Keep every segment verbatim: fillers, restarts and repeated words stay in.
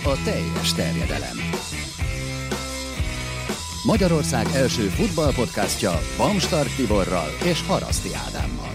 a teljes terjedelem. Magyarország első futballpodcastja Bamstart Tiborral és Haraszti Ádámmal.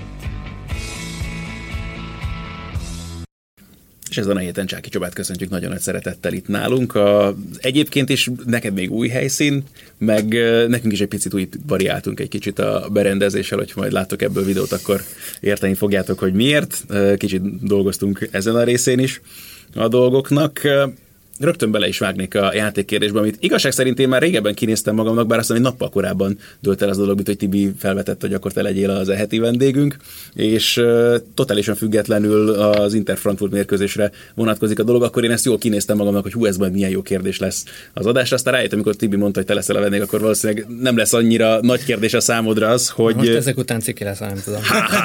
És ezen a héten Csáky Csabát köszöntjük nagyon nagy szeretettel itt nálunk. A, egyébként is neked még új helyszín, meg nekünk is egy picit úgy variáltunk egy kicsit a berendezéssel, hogy majd láttok ebből videót, akkor érteni fogjátok, hogy miért. Kicsit dolgoztunk ezen a részén is a dolgoknak. Rögtön bele is vágnék a játékkérdésbe, amit igazság szerint én már régebben kinéztem magamnak, bár azt mondom, hogy nappal korábban dőlt el az a dolog, mint hogy Tibi felvetett, hogy akkor te legyél az e heti vendégünk, és uh, totálisan függetlenül az Inter-Frankfurt mérkőzésre vonatkozik a dolog, akkor én ezt jól kinéztem magamnak, hogy hú, ez majd milyen jó kérdés lesz az adásra. Aztán rájöttem, amikor Tibi mondta, hogy te leszel a vendég, akkor valószínűleg nem lesz annyira nagy kérdés a számodra az, hogy... Most ezek után ciki lesz, nem tudom.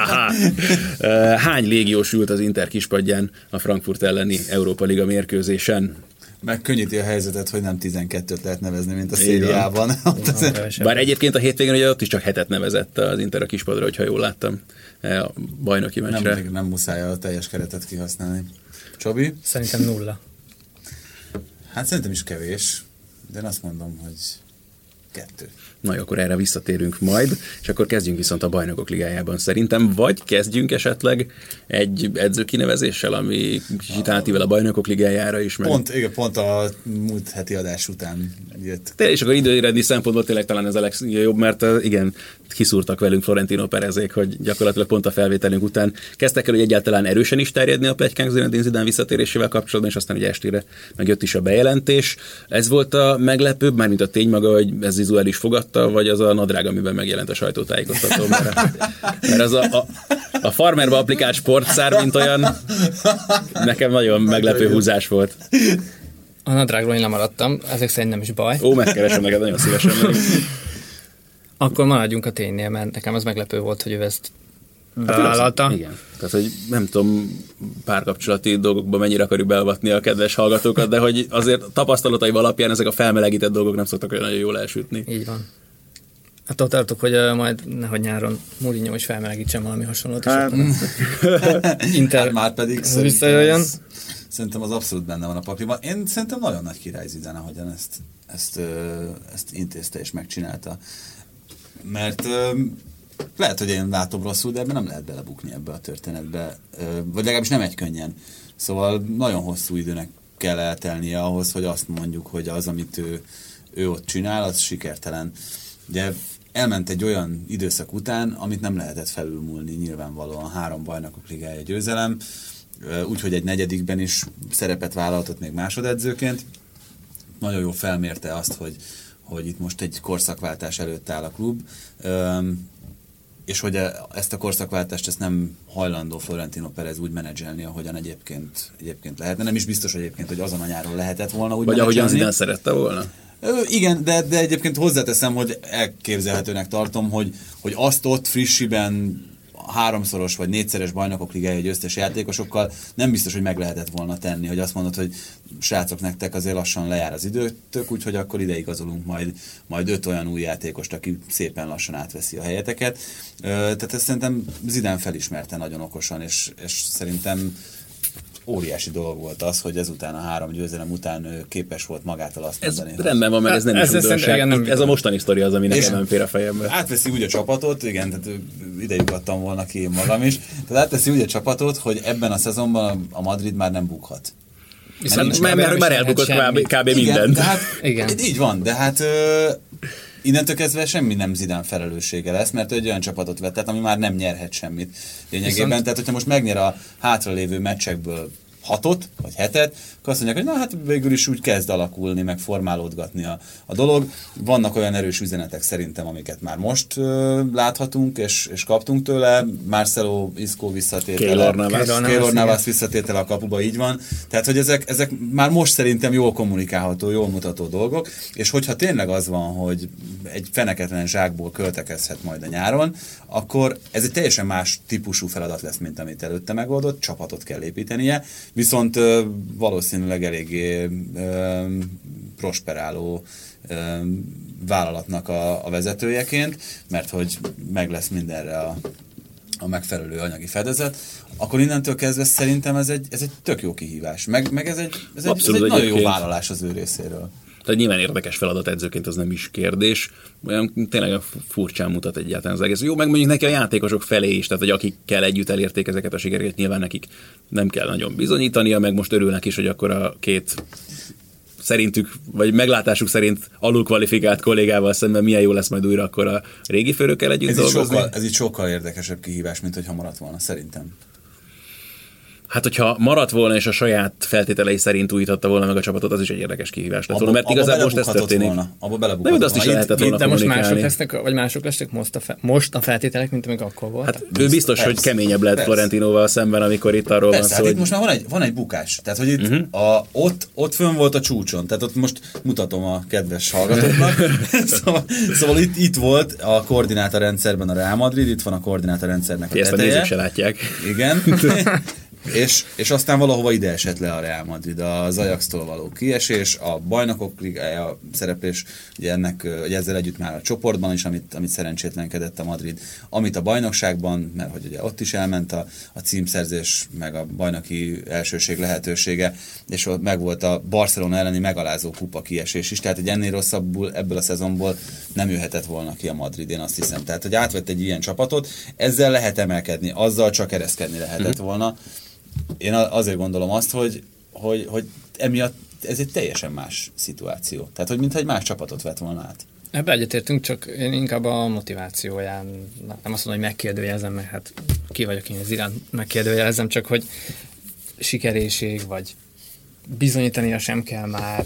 Hány légiós ült az Inter kispadján a Frankfurt elleni Európa Liga mérkőzésen? Megkönnyíti a helyzetet, hogy nem tizenkettőt lehet nevezni, mint a szériában. Bár egyébként a hétvégén ugye ott is csak hetet nevezett az Inter a kispadra, hogyha jól láttam a bajnoki meccsre. Nem, nem muszáj a teljes keretet kihasználni. Csabi? Szerintem nulla. Hát szerintem is kevés, de én azt mondom, hogy kettő. Na jó, akkor erre visszatérünk majd, és akkor kezdjünk viszont a Bajnokok Ligájában szerintem, vagy kezdjünk esetleg egy edzőkinevezéssel, ami kicsit átível a Bajnokok Ligájára is. Meg... Pont, igen, pont a múlt heti adás után jött. Te, és akkor időrendi szempontból tényleg talán ez a legjobb, mert igen, kiszúrtak velünk Florentino Perezék, hogy gyakorlatilag pont a felvételünk után kezdtek el, hogy egyáltalán erősen is terjedni a pletykánk Zinedine Zidane visszatérésével kapcsolatban, és aztán ugye estére megjött is a bejelentés. Ez volt a meglepőbb, mármint a tény maga, hogy ez Zizou el is fogadta, vagy az a nadrág, amiben megjelent a sajtótájékoztató, mert, mert az a, a, a farmerba applikált sportszár, mint olyan, nekem nagyon meglepő húzás volt. A nadrágról én lemaradtam, ezek szerint nem is baj. Ó, megkeresem neked, nagyon szívesen meg. Akkor maradjunk a ténynél, mert nekem az meglepő volt, hogy ő ezt bevállalta. Hát, igen. Tehát, hogy nem tudom, párkapcsolati dolgokban mennyire akarjuk beavatni a kedves hallgatókat, de hogy azért tapasztalataim alapján ezek a felmelegített dolgok nem szoktak olyan nagyon jól elsütni. Így van. Hát ott tartok, hogy uh, majd nehogy nyáron Mourinho is felmelegítsen valami hasonlót, hát, és akkor Inter hát már pedig visszajöjjön. Az, szerintem az abszolút benne van a pakliban. Én szerintem nagyon nagy király Zidane, ahogyan ezt, ezt, ezt intézte és megcsinálta. Mert lehet, hogy én látom rosszul, de ebben nem lehet belebukni ebbe a történetbe. Vagy legalábbis nem egy könnyen. Szóval nagyon hosszú időnek kell eltelnie ahhoz, hogy azt mondjuk, hogy az, amit ő, ő ott csinál, az sikertelen. Ugye elment egy olyan időszak után, amit nem lehetett felülmúlni nyilvánvalóan. Három Bajnokok Ligája győzelem, úgyhogy egy negyedikben is szerepet vállaltott még másodedzőként. Nagyon jól felmérte azt, hogy, hogy itt most egy korszakváltás előtt áll a klub, és hogy ezt a korszakváltást ezt nem hajlandó Florentino Perez úgy menedzselni, ahogyan egyébként, egyébként lehetne. Nem is biztos egyébként, hogy azon a nyáron lehetett volna úgy vagy ahogyan Zidane szerette volna? Igen, de, de egyébként hozzáteszem, hogy elképzelhetőnek tartom, hogy, hogy azt ott frissiben háromszoros vagy négyszeres Bajnokok Ligája győztes játékosokkal nem biztos, hogy meg lehetett volna tenni, hogy azt mondod, hogy srácok, nektek azért lassan lejár az időtök, úgyhogy akkor ide igazolunk majd, majd öt olyan új játékost, aki szépen lassan átveszi a helyeteket. Tehát ezt szerintem Zidane felismerte nagyon okosan, és, és szerintem óriási dolog volt az, hogy ezután a három győzelem után ő képes volt magától azt ez mondani. Ez rendben van, mert ez nem ez is újdonság. nem Ez a mostani sztori az, ami nekem nem fér a fejembe. Átveszi úgy a csapatot, igen, tehát ide lyukadtam volna ki én magam is, tehát átveszi úgy a csapatot, hogy ebben a szezonban a Madrid már nem bukhat. Viszont mert, mert már elbukott kb. kb. Igen, mindent. de hát, igen. Így van, de hát ö, innentől kezdve semmi nem Zidane felelőssége lesz, mert egy olyan csapatot vett, ami már nem nyerhet semmit lényegében. Viszont... Tehát, hogyha most megnyer a hátralévő meccsekből hatot, vagy hetet, akkor azt mondják, hogy na hát végül is úgy kezd alakulni, meg formálódgatni a, a dolog. Vannak olyan erős üzenetek szerintem, amiket már most uh, láthatunk, és, és kaptunk tőle. Marcelo Isco visszatétele, Keylor Navas visszatétele a kapuba, így van. Tehát, hogy ezek, ezek már most szerintem jól kommunikálható, jól mutató dolgok, és hogyha tényleg az van, hogy egy feneketlen zsákból költekezhet majd a nyáron, akkor ez egy teljesen más típusú feladat lesz, mint amit előtte megoldott, csapatot kell építenie, viszont uh, valószínűleg eléggé uh, prosperáló uh, vállalatnak a, a vezetőjeként, mert hogy meg lesz mindenre a, a megfelelő anyagi fedezet, akkor innentől kezdve szerintem ez egy, ez egy tök jó kihívás. Meg, meg ez egy, ez egy, ez egy nagyon jó vállalás az ő részéről. Tehát nyilván érdekes feladat edzőként, az nem is kérdés. Olyan tényleg furcsán mutat egyáltalán az egész. Jó, meg mondjuk neki a játékosok felé is, tehát hogy akikkel együtt elérték ezeket a sikereket, nyilván nekik nem kell nagyon bizonyítania, meg most örülnek is, hogy akkor a két szerintük, vagy meglátásuk szerint alul kvalifikált kollégával szemben milyen jó lesz majd újra akkor a régi főrökkel együtt ez dolgozni. Sokkal, ez így sokkal érdekesebb kihívás, mint hogyha maradt volna, szerintem. Hát, hogyha maradt volna, és a saját feltételei szerint újította volna meg a csapatot, az is egy érdekes kihívás lett volna, mert igazából most ez történik. Volna. Abba belebukhatott azt is lehetett volna de most mások lesznek, vagy mások lesznek most a, fe, most a feltételek, mint amik akkor voltak? Hát ő biztos, persze, hogy keményebb lett Florentinoval szemben, amikor itt arról persze, van szó, hát hogy... itt most már van egy, van egy bukás. Tehát, hogy itt uh-huh. a, ott, ott fönn volt a csúcson. Tehát ott most mutatom a kedves hallgatóknak. szóval szóval itt, itt volt a koordinátorrendszerben a Real Madrid, itt van a koordinátorrendszernek a teteje. Ezt a nézők se látják. Igen. És, és aztán valahova ide esett le a Real Madrid, az Ajax-tól való kiesés, a bajnokok ligája szereplés, ugye ennek, ugye ezzel együtt már a csoportban is, amit, amit szerencsétlenkedett a Madrid, amit a bajnokságban, mert hogy ugye ott is elment a, a címszerzés, meg a bajnoki elsőség lehetősége, és ott meg volt a Barcelona elleni megalázó kupa kiesés is, tehát egy ennél rosszabbul ebből a szezonból nem jöhetett volna ki a Madrid, én azt hiszem. Tehát, hogy átvett egy ilyen csapatot, ezzel lehet emelkedni, azzal csak ereszkedni lehetett volna. Én azért gondolom azt, hogy, hogy, hogy emiatt ez egy teljesen más szituáció. Tehát, hogy mintha egy más csapatot vett volna át. Ebbe egyetértünk, csak én inkább a motivációján, nem azt mondom, hogy megkérdőjelezem, mert hát ki vagyok én az iránt megkérdőjelezem, csak hogy sikerélység, vagy bizonyítania sem kell már.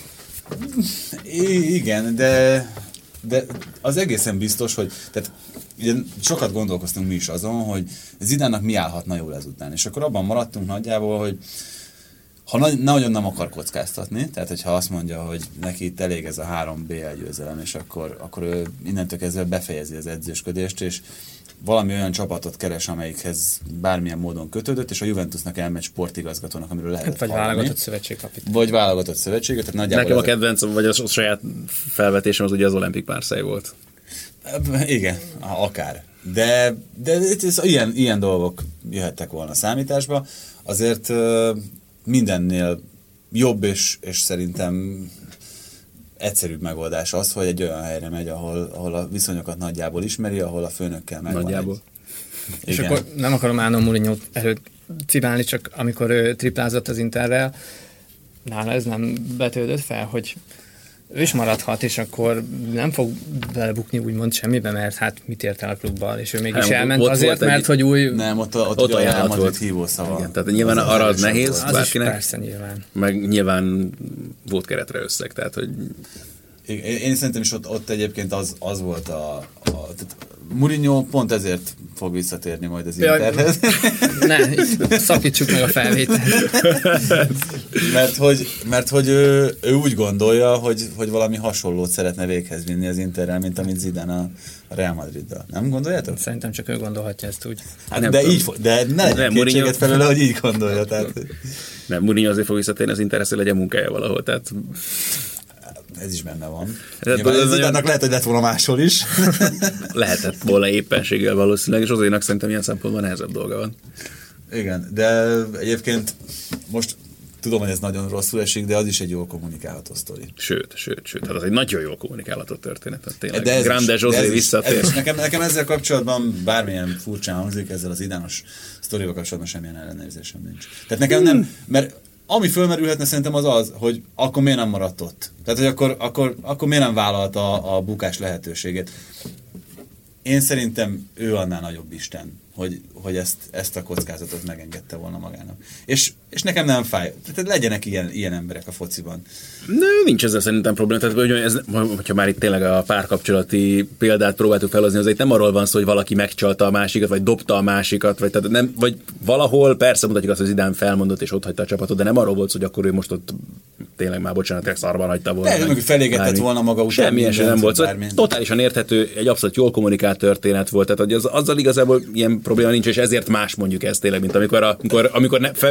I- igen, de, de az egészen biztos, hogy tehát ugye sokat gondolkoztunk mi is azon, hogy Zidane-nak mi állhatna jól ezután. És akkor abban maradtunk nagyjából, hogy ha na- nagyon nem akar kockáztatni, tehát hogyha azt mondja, hogy neki itt elég ez a három bé el győzelem, és akkor, akkor ő innentől kezdve befejezi az edzősködést, és valami olyan csapatot keres, amelyikhez bármilyen módon kötődött, és a Juventusnak elmegy sportigazgatónak, amiről lehet hát, vagy hallani. válogatott szövetségkapitány. Vagy válogatott szövetség. Tehát nagyjából nekem a kedvencem, vagy a saját felvetésem az ugye az Olympique Marseille volt. Igen, akár. De, de ez, ilyen, ilyen dolgok jöhettek volna számításba. Azért uh, mindennél jobb és, és szerintem egyszerűbb megoldás az, hogy egy olyan helyre megy, ahol, ahol a viszonyokat nagyjából ismeri, ahol a főnökkel megvan. Nagyjából. Egy... És akkor nem akarom állnom Mourinho előtt cibálni, csak amikor ő triplázott az Interrel, nála ez nem betődött fel, hogy ő is maradhat, és akkor nem fog belebukni úgymond semmibe, mert hát mit ért el a klubban, és ő mégis nem, elment azért, egy... mert hogy új... Nem, ott, ott, ott ajánlat volt hívószava. Igen, tehát nyilván az arra az nehéz az bárkinek. Is persze nyilván. Meg nyilván volt keretre összeg, tehát hogy... Én, én szerintem is ott, ott egyébként az, az volt a... a tehát Mourinho pont ezért fog visszatérni majd az Interhez. Ne, szakítsuk meg a felvételt. mert hogy, mert, hogy ő, ő úgy gondolja, hogy, hogy valami hasonlót szeretne véghez vinni az Interrel, mint amit Zidane a Real Madriddal. Nem gondoljátok? Szerintem csak ő gondolhatja ezt úgy. Hát nem, de, így, de ne legyen kétséget felőle, hogy így gondolja. Tehát... Nem, Mourinho azért fog visszatérni az Interhez, hogy legyen munkája valahol, tehát... Ez is benne van. Ez Zidának lehet, hogy lett volna máshol is. Lehetett volna éppenséggel valószínűleg, és azért szerintem ilyen szempontból nehezebb dolga van. Igen, de egyébként most tudom, hogy ez nagyon rosszul esik, de az is egy jól kommunikálható sztori. Sőt, sőt, sőt, hát az egy nagyon jól kommunikálható történet. Tényleg, de ez Grande José visszatér. Ez is, nekem, nekem ezzel kapcsolatban bármilyen furcsán hangzik, ezzel az idános sztorival kapcsolatban semmilyen ellenérzésem nincs. Tehát nekem nem, mert ami fölmerülhetne szerintem az az, hogy akkor miért nem maradt ott. Tehát, hogy akkor, akkor, akkor miért nem vállalta a, a bukás lehetőségét. Én szerintem ő annál nagyobb Isten, hogy, hogy ezt, ezt a kockázatot megengedte volna magának. És, és nekem nem fáj. Tehát legyenek ilyen, ilyen emberek a fociban. Ne, nincs ezzel szerintem probléma. Tehát, hogy ez, hogyha már itt tényleg a párkapcsolati példát próbáltuk felhozni, azért nem arról van szó, hogy valaki megcsalta a másikat, vagy dobta a másikat, vagy, tehát nem, vagy valahol persze mutatjuk azt, hogy Zidane felmondott és ott hagyta a csapatot, de nem arról volt szó, hogy akkor ő most ott tényleg már bocsánat, szarban hagyta volna. De, meg felégetett volna maga után. Semmilyen sem nem volt. Szóval totálisan érthető, egy abszolút jól kommunikált történet volt. Tehát hogy az, azzal igazából ilyen probléma nincs, és ezért más mondjuk ez tényleg, mint amikor, a, amikor, amikor ne, fe, fogod a fejedet,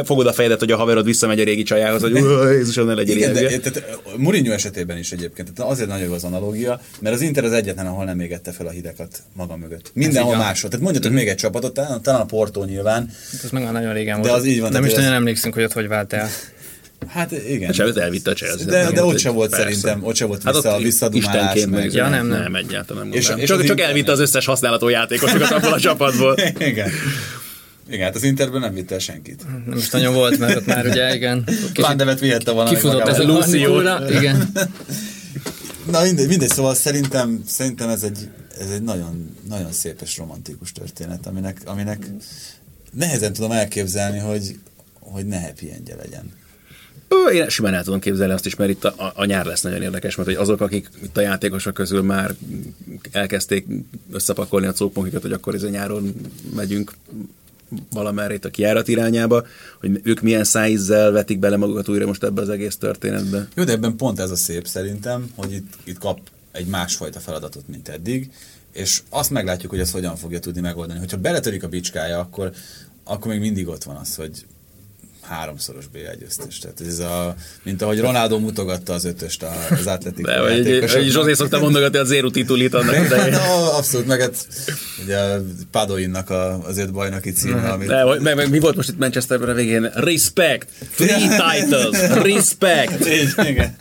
fejedet, hogy a haverod visszamegy a régi csajához, hogy Jézusom, ne legyen igen, ilyen. de, tehát Mourinho esetében is egyébként. Tehát azért nagyon jó az analógia, mert az Inter az egyetlen, ahol nem égette fel a hideget maga mögött. Mindenhol máshol. Tehát mondjatok mm. még egy csapatot, talán, talán a Porto nyilván. Ez meg már nagyon régen de volt. Az így van, nem is nagyon ez... emlékszünk, hogy ott hogy vált el. Hát igen. Hát elvitte a Chelsea. De, de ott sem volt persze. Szerintem, ott sem volt vissza, hát visszadumálás. Meg. Ja, nem, nem. Nem, egyáltalán nem és, és csak, csak elvitte az összes használható játékosokat abból a csapatból. Igen. Igen, hát az Interből nem vitte senkit. Nem is nagyon volt, mert ott már ugye, igen. Pándevet vihette volna. Kifutott ez a Lucióra, igen. Na mindegy, mindegy, szóval szerintem, szerintem ez egy, ez egy nagyon, nagyon szép és romantikus történet, aminek, aminek nehezen tudom elképzelni, hogy, hogy ne happy endje legyen. Én simán el tudom képzelni azt is, mert itt a, a nyár lesz nagyon érdekes, mert hogy azok, akik itt a játékosok közül már elkezdték összepakolni a cókponkikat, hogy akkor ez a nyáron megyünk valamerre itt a kijárat irányába, hogy ők milyen szájízzel vetik bele magukat újra most ebbe az egész történetbe. Jó, de ebben pont ez a szép szerintem, hogy itt, itt kap egy másfajta feladatot, mint eddig, és azt meglátjuk, hogy ezt hogyan fogja tudni megoldani. Hogyha beletörik a bicskája, akkor, akkor még mindig ott van az, hogy háromszoros bé egy győztes. Tehát ez a, mint ahogy Ronaldo mutogatta az ötöst az Atletico játékosoknak. Hogy Zsozé szokta mondogatni a zéro titulit annak idején. No, abszolút, meg hát, ugye Padoinnak a, az öt bajnoki címe, amit... De, meg, meg, mi volt most itt Manchesterben a végén? Respect! Three titles! Respect! Így, igen.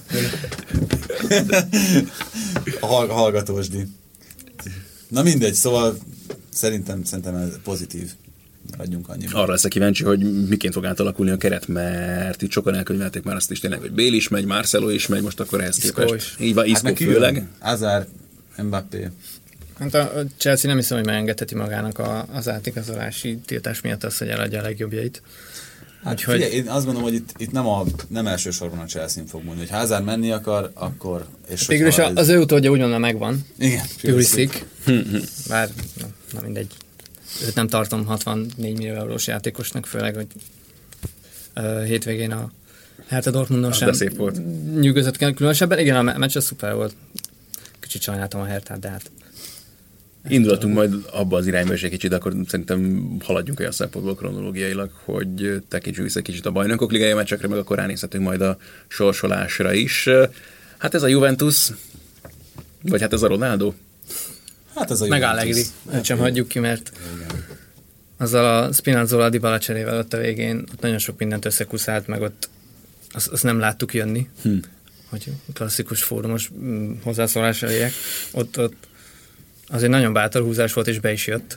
A hallgatósdi. Na mindegy, szóval szerintem, szerintem ez pozitív. Maradjunk annyiban. Arra leszek kíváncsi, hogy miként fog átalakulni a keret, mert itt sokan elkönyvelték már azt is tényleg, hogy Bale is megy, Marcelo is megy, most akkor ehhez képest. Így van, Isco hát főleg. Hazard, Mbappé. Hát a Chelsea nem hiszem, hogy megengedheti magának a, az átigazolási tiltás miatt azt, hogy eladja a legjobbjait. Hát Úgyhogy... figyelj, én azt gondolom, hogy itt, itt nem, a, nem elsősorban a Chelsea-n fog mondani, hogy Hazard menni akar, akkor... És végül is ez... az ő utódja ugyanolyan megvan. Igen. Pulisic. Bár, na, na mindegy. Őt nem tartom hatvannégy millió eurós játékosnak, főleg, hogy uh, hétvégén a Hertha Dortmundon sem nyűgözött különösebben. Igen, a meccs az szuper volt. Kicsit sajnáltam a Herthát, de hát... Indulatunk majd abba az irányba is egy kicsit, de akkor szerintem haladjunk olyan szempontból kronológiailag, hogy tekintsünk vissza egy kicsit a Bajnokok Ligája meccsekre, meg akkor ránézhetünk majd a sorsolásra is. Hát ez a Juventus, vagy hát ez a Ronaldo? Hát ez a meg Allegri, hát sem hagyjuk ki, mert igen. Azzal a Spinazzola Dybala cserével ott a végén ott nagyon sok mindent összekuszált, meg ott azt, azt nem láttuk jönni, hm. hogy klasszikus fórumos hozzászólásra éljek. Ott, ott az egy nagyon bátor húzás volt, és be is jött.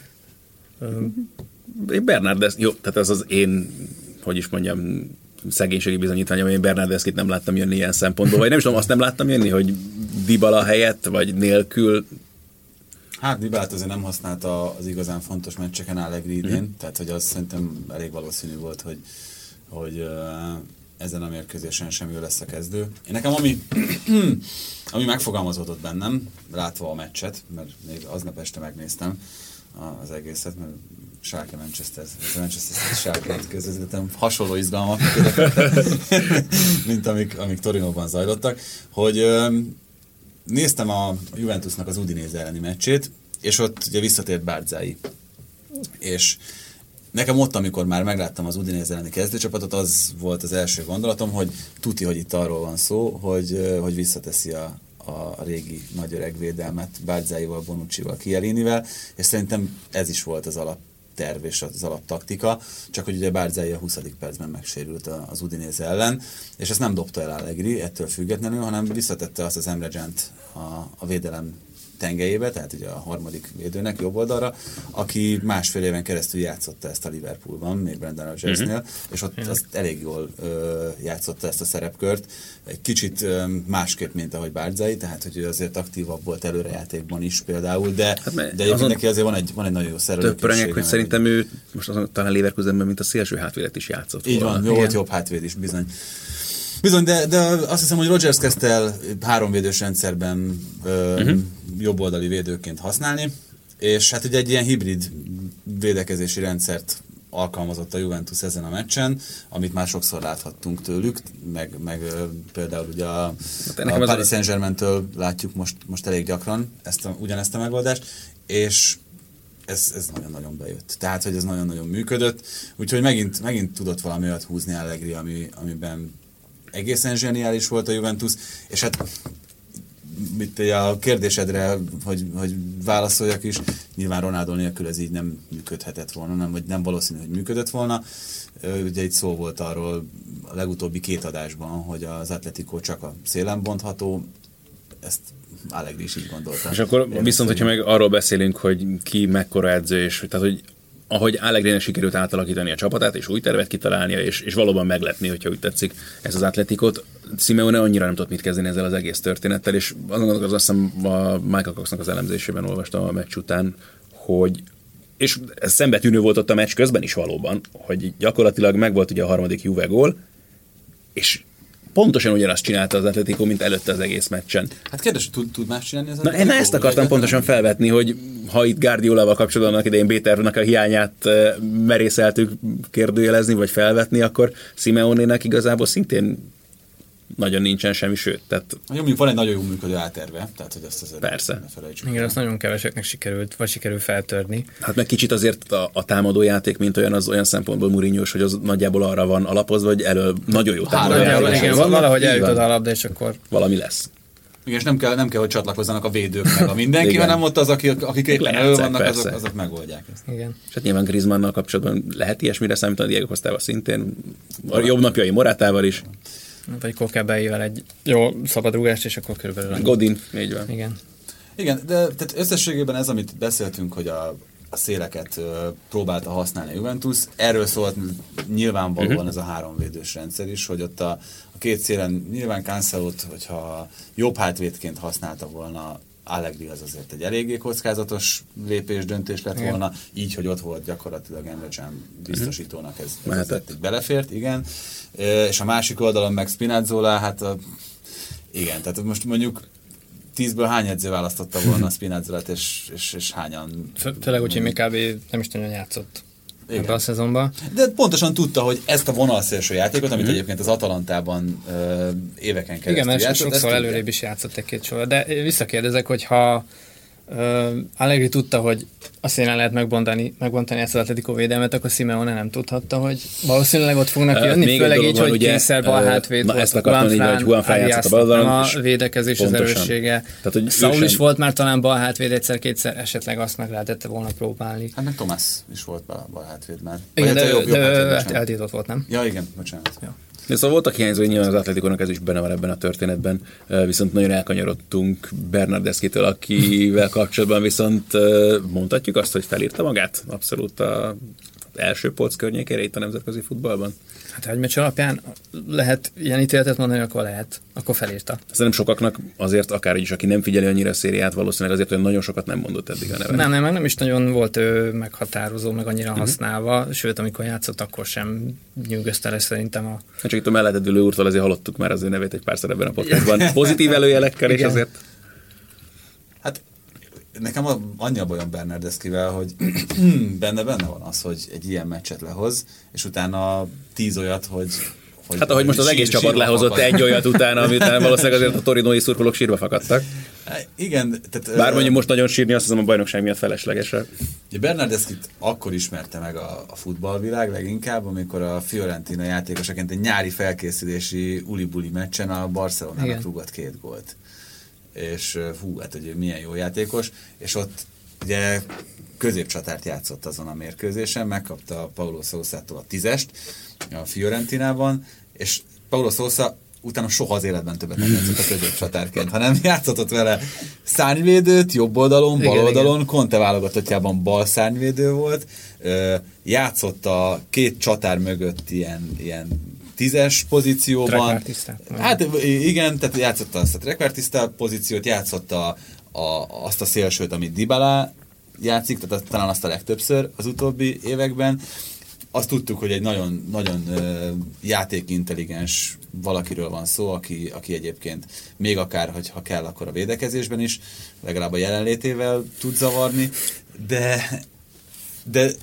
Bernardes, jó, tehát ez az én, hogy is mondjam, szegénységi bizonyítványom, én Bernardeskit nem láttam jönni ilyen szempontból, vagy nem is tudom, azt nem láttam jönni, hogy Dybala helyett, vagy nélkül. Hát Dybalát azért nem használta az igazán fontos meccseken Allegri idén, mm. tehát hogy az szerintem elég valószínű volt, hogy, hogy uh, ezen a mérkőzésen sem ő lesz a kezdő. Én nekem ami, ami megfogalmazódott bennem, látva a meccset, mert még aznap este megnéztem az egészet, mert Schalke Manchester, Manchester Schalke-t közvetítettem, hasonló izgalmak, mint amik, amik Torinóban zajlottak, hogy um, néztem a Juventusnak az Udinese elleni meccsét, és ott ugye visszatért Barzai. És nekem ott, amikor már megláttam az Udinese elleni kezdőcsapatot, az volt az első gondolatom, hogy tuti, hogy itt arról van szó, hogy, hogy visszateszi a, a régi nagy öreg védelmet Barzaival, Bonuccival, Chiellinivel, és szerintem ez is volt az alap terv és az alaptaktika, csak hogy ugye Barzai a huszadik percben megsérült az Udinese ellen, és ezt nem dobta el Allegri ettől függetlenül, hanem visszatette azt az Emre Cant a, a védelem tengelyébe, tehát ugye a harmadik védőnek jobb oldalra, aki másfél éven keresztül játszotta ezt a Liverpoolban, még Brendan Rodgersnél, uh-huh. és ott yeah. azt elég jól ö, játszotta ezt a szerepkört. Egy kicsit ö, másképp, mint ahogy Barzai, tehát hogy ő azért aktívabb volt előrejátékban is például, de, hát, de egyébként neki azért van egy, van egy nagyon jó szerelőkészsége. Több pörönyek, hogy szerintem ő most azon talán Leverkusenben, mint a szélső hátvédet is játszott. Így van, jó volt, jobb hátvéd is, bizony. Bizony, de, de azt hiszem, hogy Rodgers kezdte el háromvédős rendszerben ö, uh-huh. jobboldali védőként használni, és hát ugye egy ilyen hibrid védekezési rendszert alkalmazott a Juventus ezen a meccsen, amit már sokszor láthattunk tőlük, meg, meg például ugye a, hát a Paris Saint-Germain-től látjuk most, most elég gyakran ezt a, ugyanezt a megoldást, és ez, ez nagyon-nagyon bejött. Tehát, hogy ez nagyon-nagyon működött, úgyhogy megint, megint tudott valami olyat húzni Allegri, ami, amiben egészen zseniális volt a Juventus, és hát mit a kérdésedre, hogy, hogy válaszoljak is, nyilván Ronaldo nélkül ez így nem működhetett volna, nem, vagy nem valószínű, hogy működött volna. Ugye itt szó volt arról a legutóbbi két adásban, hogy az Atletico csak a szélen bontható, ezt Allegri is így gondolta. És akkor Én viszont, hogyha meg arról beszélünk, hogy ki mekkora edző, és tehát, hogy ahogy Allegrinek sikerült átalakítani a csapatát, és új tervet kitalálnia, és, és valóban meglepni, hogyha úgy tetszik ez az Atleticot, Simeone annyira nem tudott mit kezdeni ezzel az egész történettel, és azon az azt hiszem a Michael Coxnak az elemzésében olvastam a meccs után, hogy és ez szembetűnő volt ott a meccs közben is valóban, hogy gyakorlatilag megvolt ugye a harmadik Juve gól, és pontosan ugyanazt csinálta az Atletico, mint előtte az egész meccsen. Hát kérdés, tud, tud más csinálni az Na, én ezt akartam pontosan felvetni, hogy ha itt Guardiolával kapcsolatban annak idején B-tervnek a hiányát merészeltük kérdőjelezni, vagy felvetni, akkor Simeone-nek igazából szintén nagyon nincsen semmi, sőt. Tehát... Jó, mondjuk van egy nagyon jó működő átterve, tehát hogy ezt azért Persze. ne felejtsük. Igen, azt nagyon keveseknek sikerült, vagy sikerült feltörni. Hát meg kicsit azért a, a támadójáték, mint olyan, az olyan szempontból Mourinho-s, hogy az nagyjából arra van alapozva, hogy elő nagyon jó támadójáték. Igen, van, valahogy eljutod a labda, és akkor... Valami lesz. Igen, és nem kell, nem kell, hogy csatlakozzanak a védők meg a mindenki, hanem ott az, akik, akik éppen elő vannak, azok, azok megoldják ezt. Igen. És hát nyilván Griezmannnal kapcsolatban lehet ilyesmire számítani, Diego Costával szintén, a jobb napjai Morátával is. Vagy Kokebeivel egy jó szabadrúgást, és akkor körülbelül... Godin, így van. Igen. Igen, de tehát összességében ez, amit beszéltünk, hogy a, a széleket uh, próbálta használni a Juventus, erről szólt nyilvánvalóan uh-huh. ez a háromvédős rendszer is, hogy ott a, a két szélen nyilván Cancelót, hogyha jobb hátvédként használta volna Allegri, az azért egy eléggé kockázatos lépés, döntés lett igen. volna, így, hogy ott volt gyakorlatilag Emre Can biztosítónak, ez, ez egy belefért, igen. E, és a másik oldalon meg Spinazzola, hát a, igen, tehát most mondjuk tízből hány edző választotta volna a Spinazzolát, és, és, és hányan... Főleg úgy, hogy még kb. Nem is nagyon játszott ebben a szezonban. De pontosan tudta, hogy ezt a vonalszélső játékot, amit mm. egyébként az Atalantában ö, éveken keresztül igen, mert játszott. sokszor előrébb is játszott egy-két sorra. De visszakérdezek, hogy ha uh, Allegri tudta, hogy a szélen lehet megbontani, megbontani ezt az Atletico védelmet, akkor Simeone nem tudhatta, hogy valószínűleg ott fognak uh, jönni, főleg így, hogy kényszer bal hátvéd volt. Ezt akartam így, hogy Juanfrán játszott a baloldalon. A védekezés pontosan. Az erőssége. Saul is volt már talán bal hátvéd, egyszer-kétszer esetleg azt meg lehetett volna próbálni. Hát meg Tomás is volt bal hátvéd már. Igen, de, jobb, de jobb eltiltott volt, nem? Ja, igen, bocsánat. Ja. De szóval voltak hiányzói, nyilván az Atleticónak ez is benne van ebben a történetben, viszont nagyon elkanyarodtunk Bernardeschi-től, akivel kapcsolatban viszont mondhatjuk azt, hogy felírta magát abszolút az első polc környékére itt a nemzetközi futballban. Hát egy meccs alapján lehet ilyen ítéletet mondani, akkor lehet, akkor felírta. Szerintem sokaknak azért, akár is, aki nem figyeli annyira a szériát, valószínűleg azért, hogy nagyon sokat nem mondott eddig a neve. Nem, nem, nem is nagyon volt ő meghatározó, meg annyira uh-huh. használva, sőt, amikor játszott, akkor sem nyűgözte le szerintem a... Hát csak itt a melletted ülő úrtól azért hallottuk már az ő nevét egy párszor ebben a podcastban. Pozitív előjelekkel, és azért... Hát nekem annyi a bajom Bernardeschivel, hogy benne-benne van az, hogy egy ilyen meccset lehoz, és utána tíz olyat, hogy... hogy hát ahogy most az egész csapat lehozott fakad. Egy olyat utána, ami után valószínűleg azért a torinói szurkolók sírva fakadtak. Igen. Tehát, bár mondjuk most nagyon sírni, azt hiszem a bajnokság miatt feleslegesre. Bernardeschit akkor ismerte meg a, a futballvilág leginkább, amikor a Fiorentina játékosaként egy nyári felkészülési uli-buli meccsen a Barcelonának rúgott két gólt. És hú, hát hogy milyen jó játékos, és ott ugye középcsatárt játszott azon a mérkőzésen, megkapta Paulo Sousától a tízest a Fiorentinában, és Paulo Sousa utána soha az életben többet nem játszott a középcsatárként, hanem játszott vele szárnyvédőt, jobb oldalon, bal igen, oldalon, igen. Conte válogatottjában bal szárnyvédő volt, játszott a két csatár mögött ilyen, ilyen tízes pozícióban. Hát igen, tehát játszotta azt a trekvártiszta pozíciót, játszotta a, azt a szélsőt, amit Dybala játszik, tehát talán azt a legtöbbször az utóbbi években. Azt tudtuk, hogy egy nagyon, nagyon uh, játékintelligens valakiről van szó, aki, aki egyébként még akár, hogyha kell, akkor a védekezésben is, legalább a jelenlétével tud zavarni, de, de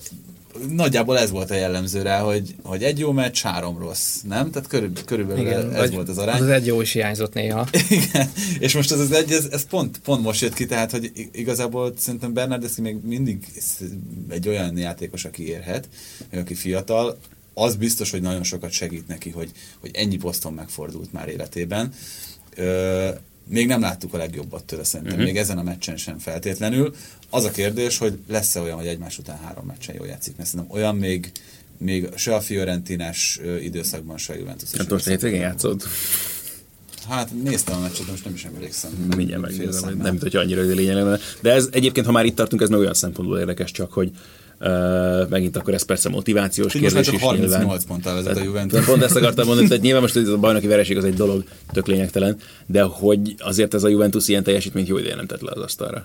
nagyjából ez volt a jellemző rá, hogy, hogy egy jó meccs, három rossz, nem? Tehát körül, körülbelül igen, ez volt az arány. Az, az egy jó is hiányzott néha. Igen, és most ez az egy, ez, ez pont, pont most jött ki, tehát, hogy igazából szerintem Bernardeschi még mindig egy olyan játékos, aki érhet, aki fiatal, az biztos, hogy nagyon sokat segít neki, hogy, hogy ennyi poszton megfordult már életében. Ö, még nem láttuk a legjobbat tőle szerintem, uh-huh. még ezen a meccsen sem feltétlenül. Az a kérdés, hogy lesz-e olyan, hogy egymás után három meccsen jól játszik, mert szerintem olyan még, még se a Fiorentinás időszakban, se a Juventus. Hát most a hétvégén játszod? Hát néztem a meccset, most nem is emlékszem. Mindjárt megnézem, nem mint, hogy annyira lényeg lenne. De ez egyébként, ha már itt tartunk, ez meg olyan szempontból érdekes, csak hogy Uh, megint akkor ez persze motivációs kérdés most is. Most harmincnyolc ponttal vezet a Juventus. Pont ezt akartam mondani, hogy nyilván most a bajnoki vereség az egy dolog, tök lényegtelen, de hogy azért ez a Juventus ilyen teljesítményt jó ideje nem tett le az asztalra.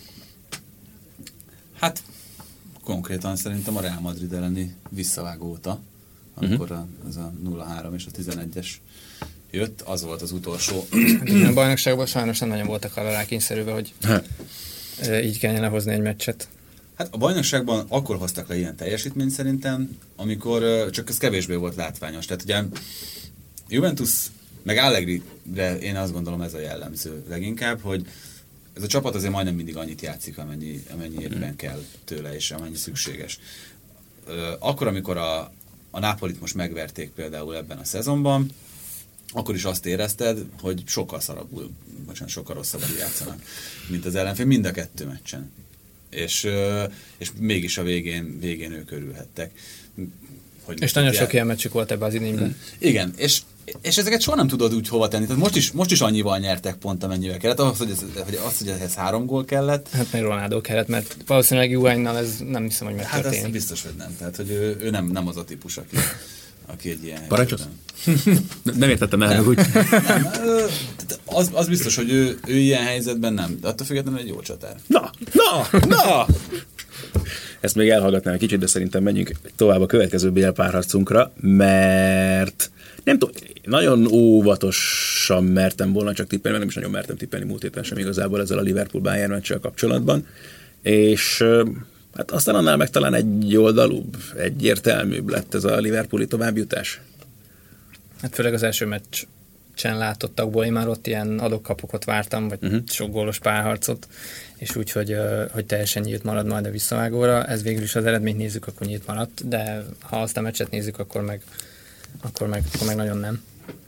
Hát konkrétan szerintem a Real Madrid elleni visszavágó óta, amikor uh-huh. a, az a nulla három és a tizenegyes jött, az volt az utolsó. A bajnokságban sajnos nem nagyon voltak arra rákényszerülve, hogy így kellene hozni egy meccset. Hát a bajnokságban akkor hoztak le ilyen teljesítményt szerintem, amikor csak ez kevésbé volt látványos. Tehát ugye Juventus, meg Allegri-re én azt gondolom ez a jellemző leginkább, hogy ez a csapat azért majdnem mindig annyit játszik, amennyi, amennyi éppen kell tőle, és amennyi szükséges. Akkor, amikor a, a Nápolit most megverték például ebben a szezonban, akkor is azt érezted, hogy sokkal szarabbul, bocsánat, sokkal rosszabbul játszanak, mint az ellenfél, mind a kettő meccsen. És, és mégis a végén, végén ők örülhettek. Hogy és nagyon sok ilyen meccsük volt ebben az idényben. Igen, és, és ezeket soha nem tudod úgy hova tenni. Tehát most is, most is annyival nyertek pont, amennyivel kellett. Az, hogy, ez, hogy az, hogy ehhez három gól kellett. Hát meg Ronaldo kellett, mert valószínűleg Juhánnal ez nem hiszem, hogy megtörténik. Hát ez biztos, hogy nem. Tehát, hogy ő, ő nem, nem az a típus, aki, aki egy ilyen... Parancsolsz? Nem értettem el, hogy... Nem, az, az biztos, hogy ő, ő ilyen helyzetben nem. De attól függetlenül egy jó csatár. Na, na, na! Ezt még elhallgatnám egy kicsit, de szerintem menjünk tovább a következő bé el párharcunkra, mert nem tudom, nagyon óvatosan mertem volna csak tippelni, mert nem is nagyon mertem tippelni múlt héten sem igazából ezzel a Liverpool-Bayern meccsel kapcsolatban, és hát aztán annál meg talán egy oldalúbb, egyértelműbb lett ez a Liverpooli továbbjutás. Hát főleg az első meccsen látottakból, én már ott ilyen adok-kapokat vártam, vagy uh-huh. sok gólos párharcot, és úgy, hogy, hogy teljesen nyílt marad majd a visszavágóra. Ez végül is az eredményt nézzük, akkor nyílt maradt, de ha azt a meccset nézzük, akkor meg, akkor meg, akkor meg nagyon nem.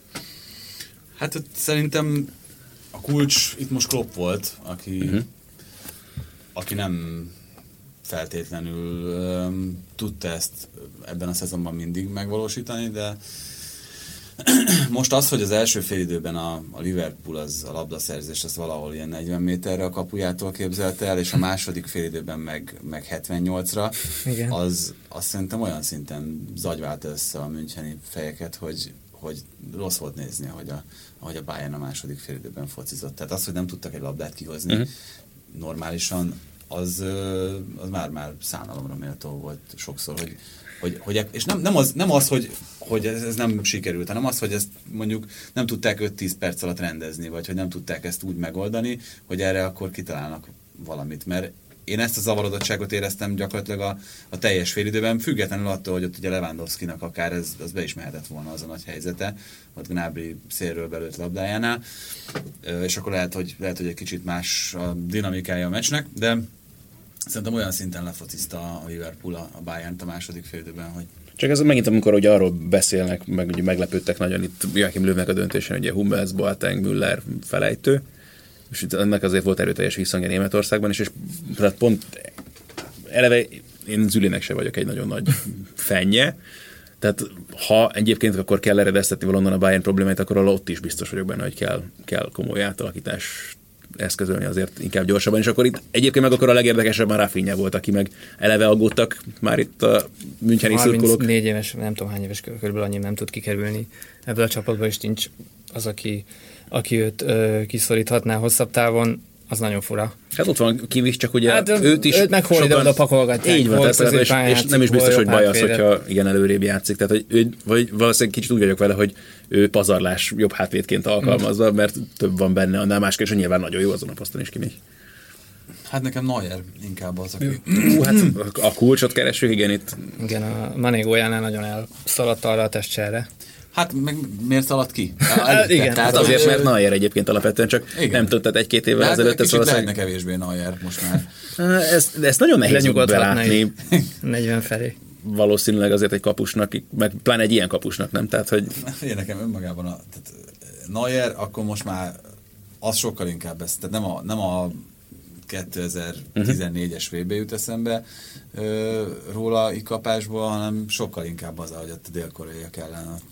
Hát szerintem a kulcs itt most Klopp volt, aki, uh-huh. aki nem feltétlenül um, tudta ezt ebben a szezonban mindig megvalósítani, de most az, hogy az első félidőben a, a Liverpool az a labdaszerzést az valahol ilyen negyven méterre a kapujától képzelte el, és a második félidőben meg, meg hetvennyolcra, igen. az azt szerintem olyan szinten zagyválta össze a müncheni fejeket, hogy, hogy rossz volt nézni, ahogy a, ahogy a Bayern a második félidőben focizott. Tehát az, hogy nem tudtak egy labdát kihozni uh-huh. normálisan, az, az már-már szánalomra méltó volt sokszor, hogy Hogy, hogy, és nem, nem, az, nem az, hogy, hogy ez, ez nem sikerült, hanem az, hogy ezt mondjuk nem tudták öt-tíz perc alatt rendezni, vagy hogy nem tudták ezt úgy megoldani, hogy erre akkor kitalálnak valamit. Mert én ezt a zavarodottságot éreztem gyakorlatilag a, a teljes félidőben, függetlenül attól, hogy ott ugye Lewandowskinak akár ez, az be is mehetett volna az a nagy helyzete, ott Gnabry szélről belőtt labdájánál, és akkor lehet, hogy, lehet, hogy egy kicsit más a dinamikája a meccsnek, de szerintem olyan szinten lefocizta a Liverpool a Bayernt a második félidőben, hogy... Csak ez megint, amikor ugye arról beszélnek, meg ugye meglepődtek nagyon itt Joachim Löwnek a döntésen, ugye Hummels, Boateng, Müller felejtő, és itt ennek azért volt erőteljes visszhangja Németországban is, és pont eleve én Zülinek se vagyok egy nagyon nagy fennje, tehát ha egyébként akkor kell eredeztetni valonnan a Bayern problémáit, akkor ott is biztos vagyok benne, hogy kell, kell komoly átalakítás eszközölni azért inkább gyorsabban, és akkor itt egyébként meg akkor a legérdekesebb már Rafinha volt, aki meg eleve aggódtak már itt a müncheni szurkolók. harmincnégy éves, nem tudom hány éves, körülbelül annyi nem tud kikerülni ebből a csapatból, és nincs az, aki, aki őt ö, kiszoríthatná hosszabb távon, az nagyon fura. Hát ott van Kimmich, csak ugye hát, őt is őt meg hol ide-oda pakolgatják. Így van, tehát, és, és nem is biztos, hogy baj az, hogyha igen előrébb játszik. Tehát, hogy ő, vagy valószínűleg kicsit úgy vagyok vele, hogy ő pazarlás jobb hátvédként alkalmazza, mert több van benne annál másképp, és nyilván nagyon jó azon a poszton is Kimmich. Hát nekem Neuer inkább az, aki... Hú, hát a kulcsot keresünk, igen, itt... Igen, a Mané góljánál nagyon elszaladt arra a testcserre. Hát meg miért szaladt ki? Hát igen, Tehát azért, mert Neuer egyébként alapvetően csak igen. nem tudtad egy-két évvel hát ezelőtt. Kicsit szóval lehetne kevésbé Neuer most már. Ezt, ezt nagyon nehéz belátni. negyven felé. Valószínűleg azért egy kapusnak, meg pláne egy ilyen kapusnak, nem? Tehát, hogy... Én nekem önmagában a tehát Neuer, akkor most már az sokkal inkább ez, tehát nem a, nem a kétezer-tizennégyes vé bé jut eszembe ö, róla ikapásból, hanem sokkal inkább az, hogy ott a dél-koreaiak ellen a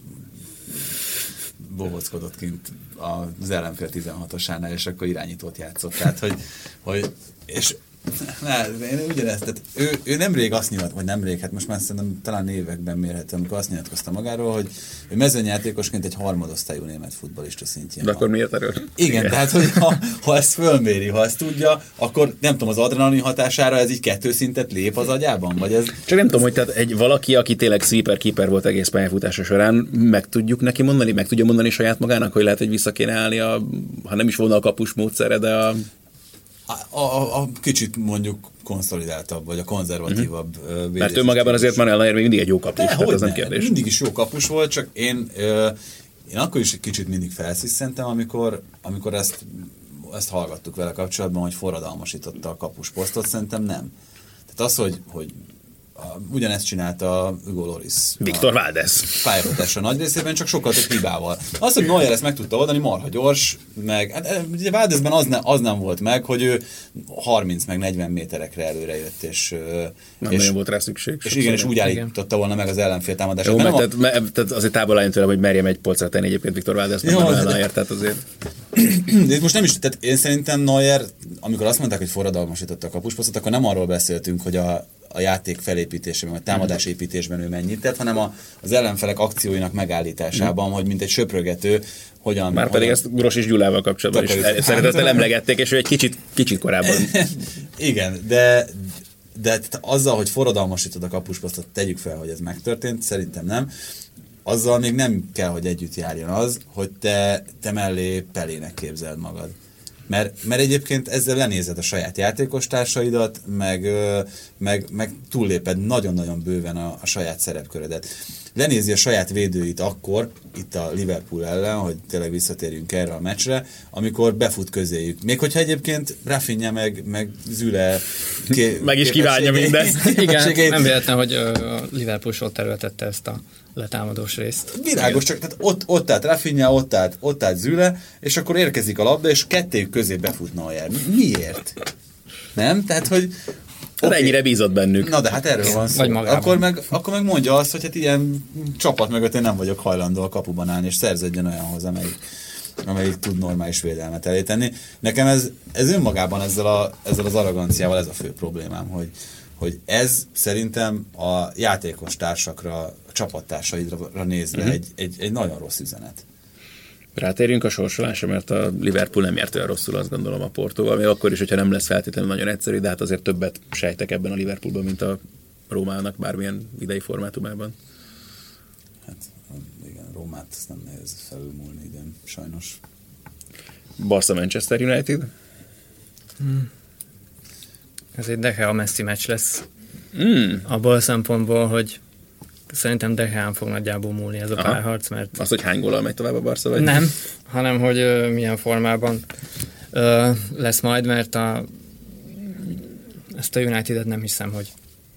bobockodott kint az ellenfél tizenhatosánál, és akkor irányítót játszott. Tehát, hogy, hogy és ne, én ugyanezt, tehát ő, ő nemrég azt nyilat, vagy nemrég, hát most már szerintem talán években mérhető, amikor azt nyilatkozta magáról, hogy ő mezőnyjátékosként egy harmadosztályú német futballista szintjén. De akkor miért erről? Igen, Igen, tehát hogy ha, ha ezt fölméri, ha ezt tudja, akkor nem tudom, az adrenalin hatására ez így kettő szintet lép az agyában? Vagy ez... Csak nem tudom, hogy tehát egy valaki, aki tényleg sweeper-keeper volt egész pályafutása során, meg tudjuk neki mondani, meg tudja mondani saját magának, hogy lehet, hogy vissza kéne állni, a, ha nem is volna a kapus módszere, de a... A, a, a kicsit mondjuk konszolidáltabb, vagy a konzervatívabb uh-huh. védés. Mert önmagában azért Manuel Neuer még mindig egy jó kapus, tehát az nem kérdés. Mindig is jó kapus volt, csak én, ö, én akkor is egy kicsit mindig felszisszentem, amikor, amikor ezt, ezt hallgattuk vele kapcsolatban, hogy forradalmasította a kapusposztot, szerintem nem. Tehát az, hogy, hogy a, ugyanezt csinálta Hugo Lloris. Viktor Valdez. Pályafutása nagy részében, csak sokkal több hibával. Az, hogy Neuer ezt meg tudta oldani, marha gyors, meg hát, ugye Valdezben az, ne, az nem volt meg, hogy ő harminc meg negyven méterekre előre jött, és... Nem és, nagyon volt rá szükség. És igen, és úgy állította volna meg az ellenfél támadását. Jó, mert, a... tehát, mert, tehát azért távol álljon tőlem, hogy merjem egy polcra tenni egyébként Viktor Valdez, meg Manuel Neuer, tehát azért... De most nem is, tehát én szerintem Neuer, amikor azt mondták, hogy forradalmasította a kapusposztot, akkor nem arról beszéltünk, hogy a a játék felépítésében, vagy támadásépítésben ő mennyit tett, hanem a, az ellenfelek akcióinak megállításában, mm. hogy mint egy söprögető, hogyan... Már pedig hogyan... ezt Gros és Gyulával kapcsolatban is szeretettel emlegették, és ő egy kicsit, kicsit korábban. Igen, de, de azzal, hogy forradalmasítod a kapusposztot, tegyük fel, hogy ez megtörtént, szerintem nem. Azzal még nem kell, hogy együtt járjon az, hogy te, te mellé Pelének képzeld magad. Mert, mert egyébként ezzel lenézed a saját játékostársaidat, meg, meg, meg túlléped nagyon-nagyon bőven a, a saját szerepköredet. Lenézi a saját védőit akkor, itt a Liverpool ellen, hogy tényleg visszatérjünk erre a meccsre, amikor befut közéjük. Még hogyha egyébként Rafinha meg, meg Züle ké, meg is kívánja mindezt. Igen, nem véletlen, hogy a Liverpool sort terültette ezt a letámadós részt. Világos, csak tehát ott, ott állt Rafinha, ott állt, ott állt Züle, és akkor érkezik a labda, és kettőjük közé befut Neuer. Miért? Nem? Tehát, hogy Okay. De ennyire bízott bennük. Na de hát erről van szó. Akkor meg, akkor meg mondja azt, hogy hát ilyen csapat mögött én nem vagyok hajlandó a kapuban állni, és szerződjön olyanhoz, amelyik, amelyik tud normális védelmet elétenni. Nekem ez, ez önmagában ezzel, a, ezzel az arroganciával ez a fő problémám, hogy, hogy ez szerintem a játékos társakra, a csapattársaidra nézve uh-huh. egy, egy, egy nagyon rossz üzenet. Rátérjünk a sorsolásra, mert a Liverpool nem járt olyan rosszul, azt gondolom, a Portóval, még akkor is, hogyha nem lesz feltétlenül nagyon egyszerű, de hát azért többet sejtek ebben a Liverpoolban, mint a Rómának bármilyen idei formátumában. Hát igen, Rómát ezt nem nehéz felülmúlni idén, sajnos. Barca Manchester United? Hmm. Ez egy De Gea Messi meccs lesz. Hmm. Abból a szempontból, hogy szerintem De Geán fog nagyjából múlni ez a Aha. párharc, mert... Az, hogy hány góllal megy tovább a Barca, vagy? Nem, hanem, hogy ö, milyen formában ö, lesz majd, mert a, ezt a United-et nem hiszem, hogy...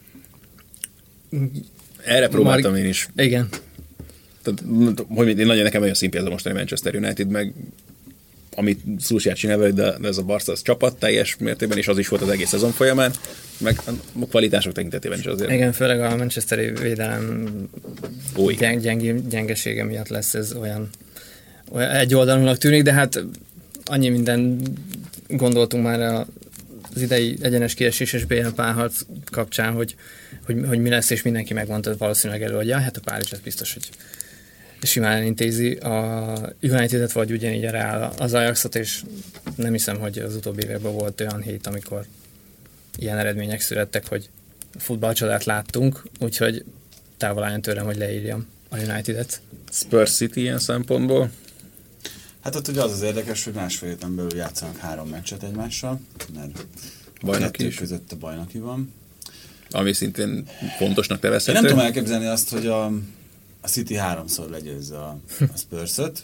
Erre próbáltam Mar- én is. Igen. Tehát, hogy én nagyon nekem nagyon szimpi ez a mostani Manchester United, meg amit Solskjaer csinál, de ez a Barca az csapat teljes mértékben, és az is volt az egész szezon folyamán, meg a kvalitások tekintetében is azért. Igen, főleg a manchesteri védelem gyeng, gyeng, gyengesége miatt lesz ez olyan, olyan egyoldalúnak tűnik, de hát annyi minden gondoltunk már az idei egyenes kieséses bé el párharc kapcsán, hogy, hogy, hogy mi lesz, és mindenki megmondta valószínűleg elő, hogy ja, hát a Párizs az biztos, hogy simán intézi a United-et, vagy ugyanígy a Real az Ajaxot, és nem hiszem, hogy az utóbbi években volt olyan hét, amikor ilyen eredmények születtek, hogy futballcsodát láttunk, úgyhogy távol álljon tőlem, hogy leírjam a United-et. Spurs City ilyen szempontból? Hát ott ugye az az érdekes, hogy másfél héten belül játszanak három meccset egymással, mert bajnoki is. Között a bajnoki van. Ami szintén fontosnak nevezhető. Én nem tudom elképzelni azt, hogy a, a City háromszor legyőzze a, a Spurs-öt.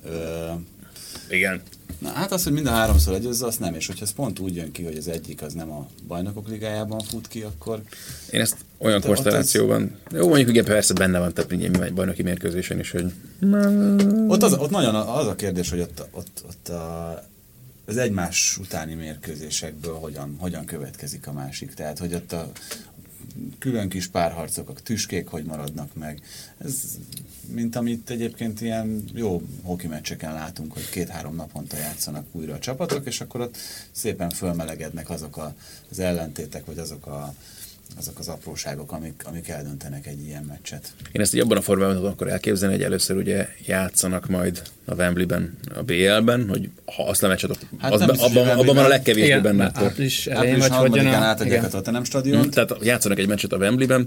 Igen. Na hát az, hogy mind a háromszor legyőzze, azt nem. És hogyha ez pont úgy jön ki, hogy az egyik az nem a bajnokok ligájában fut ki, akkor... Én ezt olyan de konstellációban... Ez... Jó, mondjuk igen, persze benne van, tehát egy bajnoki mérkőzésen is, hogy... Ott, az, ott nagyon az a kérdés, hogy ott, ott, ott a, az egymás utáni mérkőzésekből hogyan, hogyan következik a másik. Tehát, hogy ott a külön kis párharcok, a tüskék hogy maradnak meg. Ez, mint amit egyébként ilyen jó hoki meccseken látunk, hogy két-három naponta játszanak újra a csapatok, és akkor ott szépen fölmelegednek azok a, az ellentétek, vagy azok a azok az apróságok, amik, amik eldöntenek egy ilyen meccset. Én ezt így abban a formában tudom akkor elképzelni, hogy először ugye játszanak majd a Wembleyben, a bé el-ben, hogy ha azt a meccset, hát az be, abban, abban van a legkevésbé benne. Április elején vagy hogyan átadják a Tottenham stadiont. Tehát játszanak egy meccset a Wembleyben.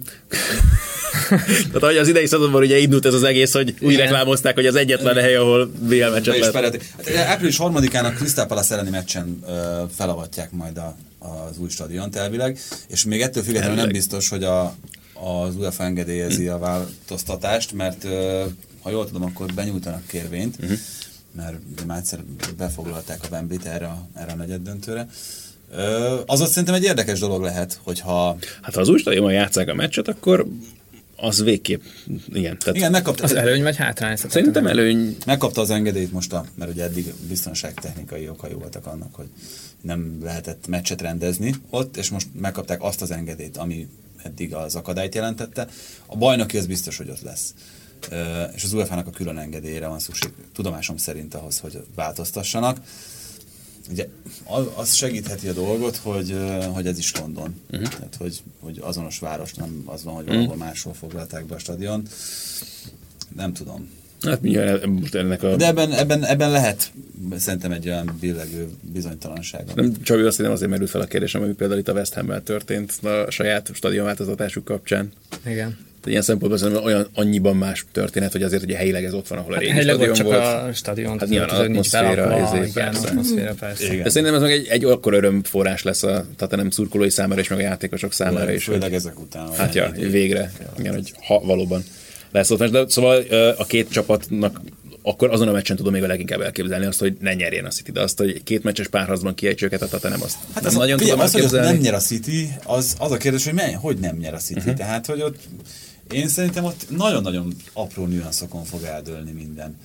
Tehát ahogy az idei szezonban ugye indult ez az egész, hogy úgy igen. reklámozták, hogy az egyetlen hely, ahol bé el meccset lehet. Hát, április harmadikán a Crystal Palace elleni meccsen uh, felavatják majd a, az új stadiont elvileg, és még ettől függetlenül nem biztos, hogy a, az UEFA engedélyezi a változtatást, mert uh, ha jól tudom, akkor benyújtanak kérvényt, uh-huh. mert már egyszer befoglalták a Wembleyt erre, erre a negyeddöntőre. Uh, az ott szerintem egy érdekes dolog lehet, hogyha... Hát ha az új stadionban játsszák a meccset, akkor az végképp, igen. Tehát igen, megkapta. Az előny vagy hátrány? Szerintem előny. Megkapta az engedélyt most, a, mert ugye eddig biztonságtechnikai okai voltak annak, hogy nem lehetett meccset rendezni ott, és most megkapták azt az engedélyt, ami eddig az akadályt jelentette. A bajnoki az biztos, hogy ott lesz. Uh, és az UEFA-nak a külön engedélyére van szükség, tudomásom szerint ahhoz, hogy változtassanak. Ugye az segítheti a dolgot, hogy, hogy ez is London. Uh-huh. Tehát, hogy, hogy azonos város, nem az van, hogy valahol uh-huh. máshol foglalták be a stadiont. Nem tudom. Hát mindjárt ennek a... De ebben, ebben, ebben lehet szerintem egy olyan billegő bizonytalanság. Nem, Csabi, azt hiszem azért merült fel a kérdésem, ami például itt a West Hammel történt a saját stadionváltoztatásuk kapcsán. Igen. Ilyen szempontból szerintem olyan annyiban más történet, hogy azért ugye helyileg ez ott van, ahol a régi hát stadion csak volt. A stadion, hát nyilván az atmoszféra, igen, persze. atmoszféra persze. Igen. De szerintem ez meg egy, egy akkor örömforrás lesz a Tottenham szurkolói számára és meg a játékosok számára is. Főleg ezek után. Hát ja, végre. Igen, hogy ha valóban lesz ott. De szóval a két csapatnak akkor azon a meccsen tudom még a leginkább elképzelni azt, hogy ne nyerjen a City, de azt, hogy két meccses párharcban kiejtsd őket, a Tottenham azt hát nem az nagyon a, tudom az, elképzelni. Hogy nem nyer a City, az, az a kérdés, hogy, mely, hogy nem nyer a City. Uh-huh. Tehát, hogy ott én szerintem ott nagyon-nagyon apró nüanszokon fog eldőlni minden.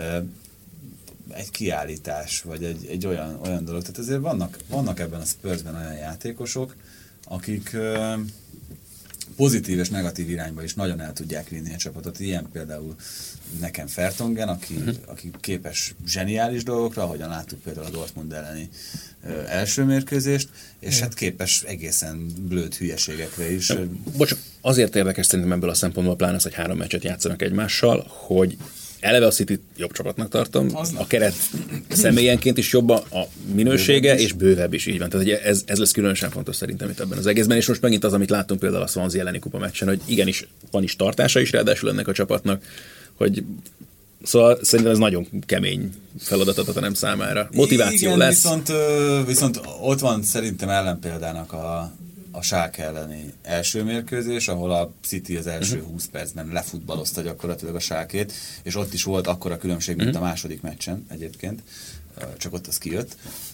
Egy kiállítás, vagy egy, egy olyan, olyan dolog. Tehát azért vannak, vannak ebben a Spursben olyan játékosok, akik pozitív és negatív irányba is nagyon el tudják vinni a csapatot. Ilyen például nekem Fertongen, aki, uh-huh. aki képes zseniális dolgokra, ahogyan láttuk például a Dortmund elleni ö, első mérkőzést, és uh-huh. hát képes egészen blőd hülyeségekre is. Ja, bocs, azért érdekes szerintem ebből a szempontból pláne az, hogy három meccset játszanak egymással, hogy eleve a City jobb csapatnak tartom, az a keret személyenként is jobb a minősége, bővebb és bővebb is így van. Tehát ez, ez lesz különösen fontos szerintem itt ebben az egészben, és most megint az, amit láttunk például a Swansea elleni kupa meccsen, hogy igenis van is tartása is ráadásul ennek a csapatnak, hogy szóval szerintem ez nagyon kemény feladat a Tottenham számára. Motiváció igen, lesz. Viszont, viszont ott van szerintem ellenpéldának a a Schalke elleni első mérkőzés, ahol a City az első uh-huh. húsz percben lefutballozta gyakorlatilag a Schalkét, és ott is volt akkora különbség, mint uh-huh. a második meccsen egyébként, csak ott az kijött.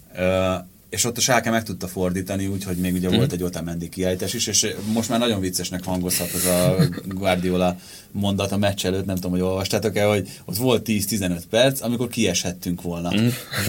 És ott a Schalke meg tudta fordítani, úgyhogy még ugye mm. volt egy Otamendi kiállítás is, és most már nagyon viccesnek hangozhat az a Guardiola mondat a meccs előtt, nem tudom, hogy olvastátok-e, hogy ott volt tíz-tizenöt perc, amikor kieshettünk volna. Mm.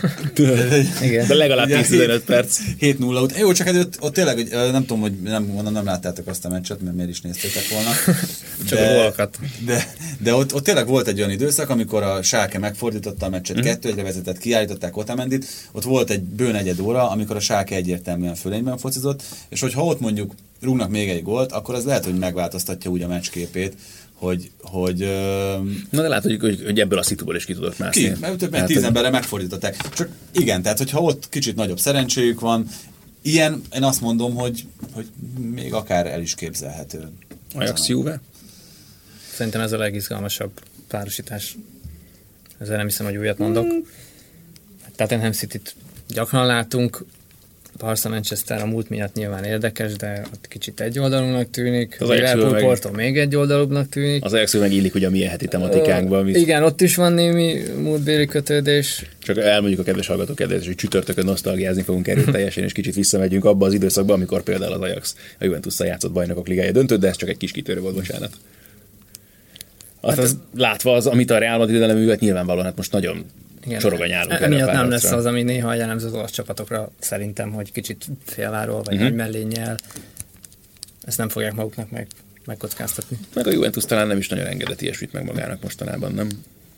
De legalább tíz-tizenöt perc. hét nulla után. Jó, csak ott, ott tényleg, nem tudom, hogy nem, nem láttátok azt a meccset, mert miért is néztétek volna. Csak de, a gólokat. De, de ott, ott tényleg volt egy olyan időszak, amikor a Schalke megfordította a meccset, mm. kettő egyre vezetett, kiállították Otamendit, ott volt egy bő negyed óra, amikor a Schalke egyértelműen fölényben focizott, és hogyha ott mondjuk rúgnak még egy gólt, akkor az lehet, hogy megváltoztatja úgy a meccsképét, hogy... hogy Na de látod, hogy, hogy ebből a szituból is ki tudott mászni. Ki, mert több mint tíz emberre megfordították. Csak igen, tehát hogyha ott kicsit nagyobb szerencséjük van, ilyen, én azt mondom, hogy, hogy még akár el is képzelhető. Ajax Juve? Szerintem ez a legizgalmasabb párosítás. Ezzel nem hiszem, hogy újat mondok. Tehát Tottenham Cityt gyakran látunk, Barca Manchester a múlt miatt nyilván érdekes, de ott kicsit egyoldalúnak tűnik. Az Liverpool meg... Porto még egyoldalúbbnak tűnik. Az Ajax meg illik ugye a milyen heti tematikánkban. Amit... Igen, ott is van némi múltbéli kötődés. Csak elmondjuk a kedves hallgatók kedves, hogy csütörtökön nosztalgiázni fogunk erőteljesen, és kicsit visszamegyünk abba az időszakba, amikor például az Ajax a Juventusszal játszott Bajnokok Ligája döntőt, de ez csak egy kis kitörő volt, bocsánat. Azt hát az, látva az, amit a Real Madrid ellen művelt, nyilvánvalóan hát most nagyon igen, sorog a nyálunk. Emiatt nem lesz az, ami néha jellemző az olasz csapatokra szerintem, hogy kicsit félváról, vagy uh-huh. nagy mellénnyel. Ezt nem fogják maguknak meg, megkockáztatni. Meg a Juventus talán nem is nagyon engedett ilyesmit meg magának mostanában, nem?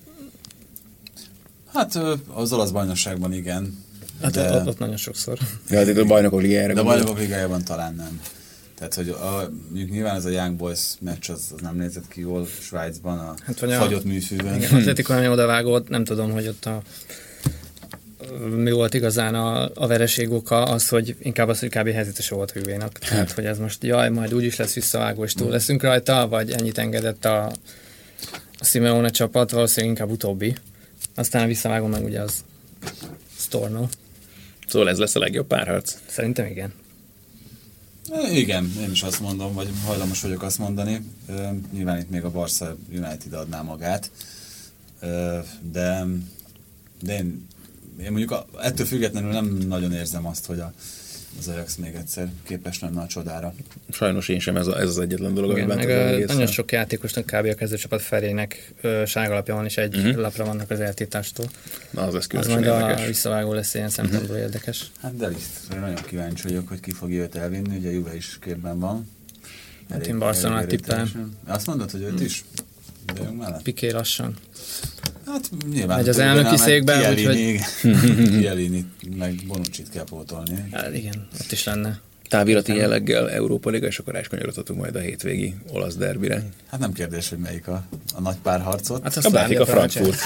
Hát az olasz bajnokságban igen. Hát de... ott, ott nagyon sokszor. Ja, de a Bajnokok Ligájára. De a Bajnokok Ligájában talán nem. Tehát, hogy a, nyilván ez a Young Boys meccs az, az nem nézett ki jól Svájcban, a hát, fagyott a, műfűben. Igen, Atletico nem odavágott, nem tudom, hogy ott a mi volt igazán a, a vereség oka, az, hogy inkább az, hogy kb. Helyzetes volt a Juvénak. Tehát, hogy ez most jaj, majd úgyis lesz visszavágó, és túl leszünk rajta, vagy ennyit engedett a, a Simeone csapat, valószínűleg inkább utóbbi. Aztán a visszavágó meg ugye az Storno. Szóval ez lesz a legjobb párharc? Szerintem igen. Igen, én is azt mondom, vagy hajlamos vagyok azt mondani. Nyilván itt még a Barca United adná magát, de, de én, én mondjuk ettől függetlenül nem nagyon érzem azt, hogy a, az Ajax még egyszer képes lenne a csodára. Sajnos én sem, ez, a, ez az egyetlen dolog, igen, amiben meg az nagyon sok játékosnak kb. A kezdőcsapat felének sárgalapja van, és egy uh-huh. lapra vannak az eltiltástól. Na, az lesz az majd érdekes. A visszavágó lesz ilyen szempontból uh-huh. érdekes. Hát de én nagyon kíváncsi vagyok, hogy ki fogja őt elvinni, ugye Juve is képben van. Hát én Barcelonát tippelem. Azt mondod, hogy őt is? Piqué lassan. Hát nyilván. Megy az elnöki székben, úgyhogy... Kielini, meg Bonucci-t kell pótolni. Hát igen, ott is lenne. Távirati jelleggel Európa Liga, és akkor áskanyarodhatunk majd a hétvégi olasz derbire. Hát nem kérdés, hogy melyik a, a nagy párharcot. Hát a Benfica Frankfurt.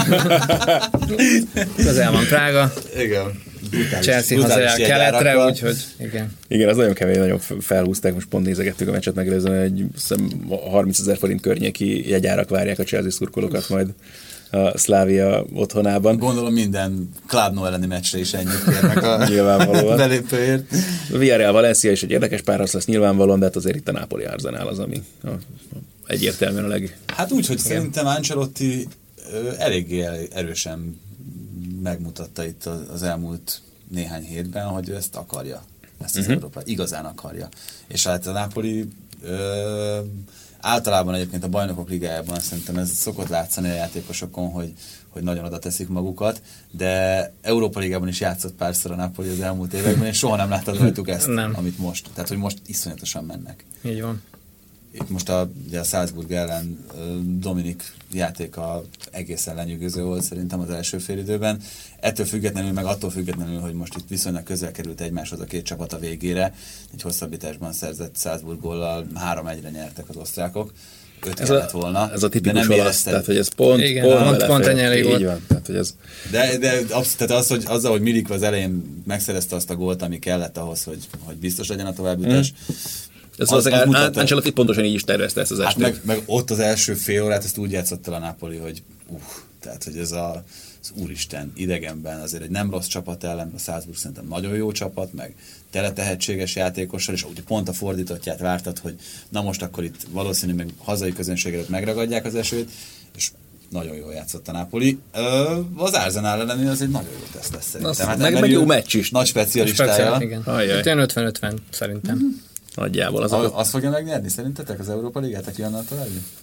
Közel van Prága. Igen. Brutális, Chelsea hazajár keletre, úgyhogy igen. Igen, az nagyon kemény, nagyon felhúzták, most pont nézegettük a meccset megelőzően, egy harmincezer forint környéki jegyárak várják a Chelsea szurkolókat majd a Slavia otthonában. Gondolom minden Kladno elleni meccsre is ennyit kérnek a nyilvánvalóan. belépőért. Villarreal Valencia is egy érdekes párharc lesz nyilvánvalóan, de hát azért itt a Napoli Arsenal az, ami a, a, egyértelműen a leg... Hát úgy, hogy igen. Szerintem Ancelotti ö, eléggé erősen megmutatta itt az elmúlt néhány hétben, hogy ő ezt akarja. Ezt az uh-huh. Európát igazán akarja. És hát a Napoli ö, általában egyébként a Bajnokok Ligájában szerintem ez szokott látszani a játékosokon, hogy, hogy nagyon oda teszik magukat, de Európa Ligában is játszott párszor a Napoli az elmúlt években, és soha nem láttad rajtuk ezt, nem. Amit most. Tehát, hogy most iszonyatosan mennek. Így van. Itt most a, ugye a Salzburg ellen Dominik játéka egészen lenyűgöző volt szerintem az első félidőben. Ettől függetlenül, meg attól függetlenül, hogy most itt viszonylag közel került egymáshoz a két csapat a végére, egy hosszabbításban szerzett Salzburg góllal három egyre nyertek az osztrákok. Öt ez kellett a, volna. Ez a tipikus olasz, tehát hogy ez pont, igen, pont, pont, pont ennyi volt. Van, tehát, hogy ez... De, de absz- tehát az, hogy, azzal, hogy Milik az elején megszerezte azt a gólt, ami kellett ahhoz, hogy, hogy biztos legyen a továbbjutás, mm. Ez az, az, az Ancelotti pontosan így is tervezte ezt az hát estét. Meg, meg ott az első fél órát ezt úgy játszott el a Napoli, hogy uh, tehát, hogy ez a, az úristen idegenben azért egy nem rossz csapat ellen, a Salzburg szerintem nagyon jó csapat, meg tele tehetséges játékossal, és úgy pont a fordítottját vártad, hogy na most akkor itt valószínűleg meg hazai közönség előtt megragadják az esélyt, és nagyon jól játszott a Napoli. Az Arsenal ellen az egy nagyon jó teszt lesz szerintem. Hát meg, meg jó meccs is. Nagy specialistája. Speciál, igen. Itt olyan ötven ötven szerintem. Mm-hmm. Nagyjából. Az a, a... Azt fogja megnyerni szerintetek az Európa Ligát, aki annál tovább?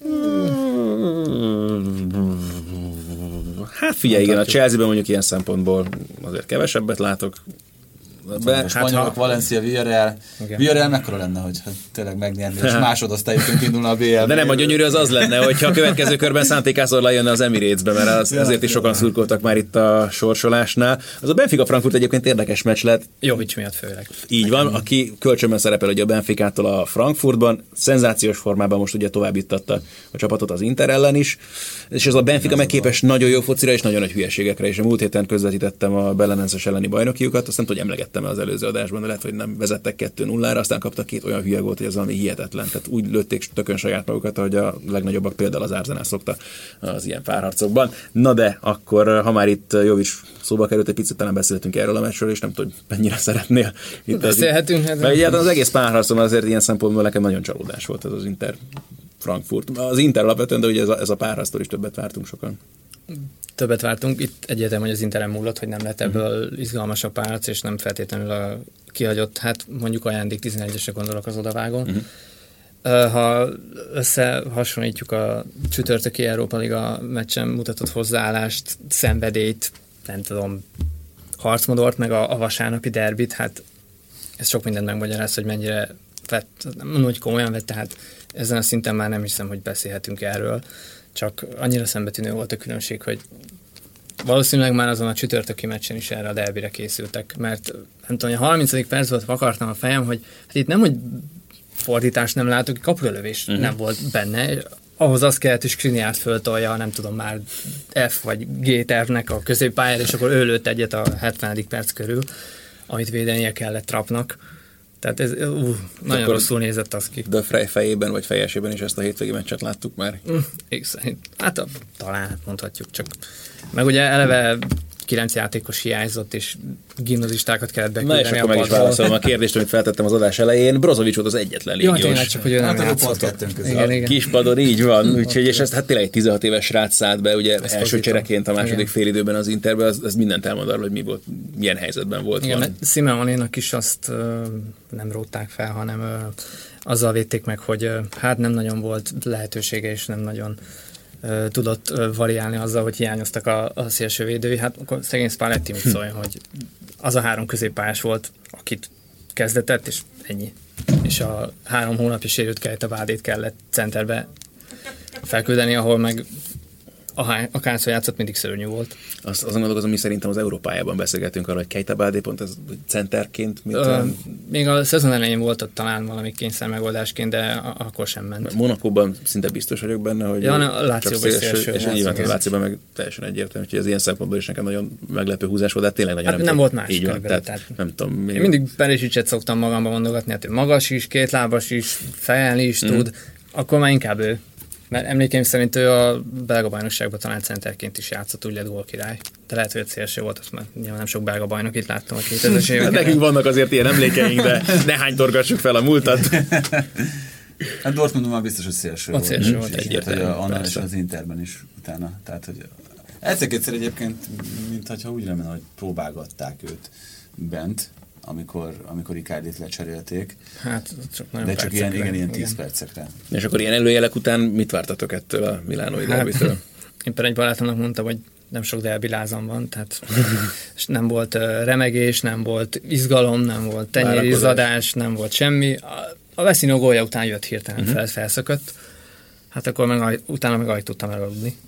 Hát figyelj, igen, a Chelsea-ben mondjuk ilyen szempontból azért kevesebbet látok. Be, a spanyolok, ha... Valencia, Villarreal. Okay. Villarreal mekkora lenne, hogy tényleg megnyerni, és másodosztályként indulna a bé el. De nem, a gyönyörű az az lenne, hogyha a következő körben Santi Cazorla jönne az Emirates-be, mert az, ezért is sokan szurkoltak már itt a sorsolásnál. Az a Benfica Frankfurt egyébként érdekes meccs lett. Jovic miatt főleg. Így van, aki kölcsönben szerepel ugye a Benficától a Frankfurtban, szenzációs formában most ugye tovább juttatta a csapatot az Inter ellen is, és ez a Benfica megképes nagyon jó focira és nagyon nagy hülyeségekre, és a múlt héten közvetítettem a Belenenses elleni bajnokiukat, azt nem tudom, hogy emlegettem említettem az előző adásban, de lehet, hogy nem vezettek kettő nullára, aztán kaptak két olyan hülye gólt, hogy az valami hihetetlen. Tehát úgy lőtték tökön saját magukat, ahogy a legnagyobbak például az Arsenal szokta az ilyen párharcokban. Na de, akkor ha már itt Jovic szóba került, egy picit talán beszélhetünk erről a meccsről, és nem tudom, mennyire szeretnél. Itt Beszélhetünk. Az, mert az egész párharcon azért ilyen szempontból nekem nagyon csalódás volt ez az Inter Frankfurt. Az Inter alapvetően, de ugye ez a, ez a párharctól is többet vártunk sokan. Többet vártunk. Itt egyértelmű, hogy az Interen múlott, hogy nem lett ebből izgalmasabb párharc, és nem feltétlenül a kihagyott, hát mondjuk ajándék tizenegyesre gondolok az odavágon. Uh-huh. Ha összehasonlítjuk a csütörtöki Európa Liga meccsen mutatott hozzáállást, szenvedélyt, nem tudom, harcmodort, meg a, a vasárnapi derbit, hát ez sok mindent megmagyaráz, hogy mennyire vett, nem mondom, hogy komolyan vett, tehát ezen a szinten már nem hiszem, hogy beszélhetünk erről, csak annyira szembetűnő volt a különbség, hogy valószínűleg már azon a csütörtöki meccsen is erre a derbire készültek, mert nem tudom, a harmincadik percben vakartam a fejem, hogy hát itt nem, hogy fordítást nem látok, kapulölövés uh-huh. nem volt benne, ahhoz azt kellett, hogy Skriniart föltolja, nem tudom már F vagy G tervnek a középpályára, és akkor ő lőtt egyet a hetvenedik perc körül, amit védenie kellett Trappnak. Tehát ez uh, nagyon akkor rosszul nézett az ki. De Frey fejében vagy fejesében is ezt a hétvégi meccset láttuk már? Mm, hát a, talán mondhatjuk csak. Meg ugye eleve kilenc játékos hiányzott, és gimnazistákat kellett beküldeni. Na és akkor meg is válaszolom a kérdést, amit feltettem az adás elején. Brozovic volt az egyetlen légiós. Jó, tényleg csak, hogy ő nem játszott. Kispadon így van, úgyhogy, és ezt hát tényleg egy tizenhat éves srác szállt be, ugye ezt első csereként a második fél időben az Interbe, az, az mindent elmond arról, hogy mi volt, milyen helyzetben volt. Igen, mert Simeonénak is azt uh, nem rótták fel, hanem uh, azzal védték meg, hogy uh, hát nem nagyon volt lehetősége, és nem nagyon Uh, tudott uh, variálni azzal, hogy hiányoztak a, a szélső védői. Hát akkor szegény Spalletti mit szóljon, hogy az a három középpályás volt, akit kezdetett, és ennyi. És a három hónapja sérült Keita-Baldét kellett centerbe felküldeni, ahol meg akárszor játszott, mindig szörnyű volt. Azt, azon gondolkozom, mi szerintem az Európájában beszélgetünk arra, hogy Keita-Baldé pont az centerként. Ö, még a szezon elején volt ott talán valami kényszer megoldásként, de a, akkor sem ment. Monakóban szinte biztos vagyok benne, hogy ja, a Lációban is szélső, és nyilván a Lációban meg teljesen egyértelmű, hogy ez ilyen szempontból is nekem nagyon meglepő húzás volt, de tényleg nagyon hát nem, nem volt más. Így van, tehát, tehát nem tudom. Még... Én mindig Perisicset szoktam magamba mondogatni, hát ő magas is, kétlábas is, fejelni is mm. tud, akkor már inkább ő. Mert emlékeim szerint ő a belga bajnokságban talán centerként is játszott, úgy lett gólkirály. De lehet, hogy szélső volt, azt már nyilván nem sok belga bajnok itt láttam a kétezres években. Nekünk vannak azért ilyen emlékeink, de ne hánytorgassuk fel a múltat. Hát Dortmundban már biztos, hogy szélső ott volt. Szélső volt egyértelmű. Annál és az Interben is utána. Tehát, hogy egyszer-kétszer egyébként, mintha úgy remélem, hogy próbálgatták őt bent, amikor, amikor Icardit lecserélték. Hát, csak nagyon de csak ilyen, igen, ilyen tíz igen. percekre. És akkor ilyen előjelek után mit vártatok ettől a milánói hát, derbitől? Én például egy barátomnak mondtam, hogy nem sok derbi lázam van, tehát és nem volt uh, remegés, nem volt izgalom, nem volt tenyérizadás, nem volt semmi. A, a Vecino gólja után jött hirtelen, uh-huh. fel, felszökött. Hát akkor meg, utána meg alig tudtam elaludni.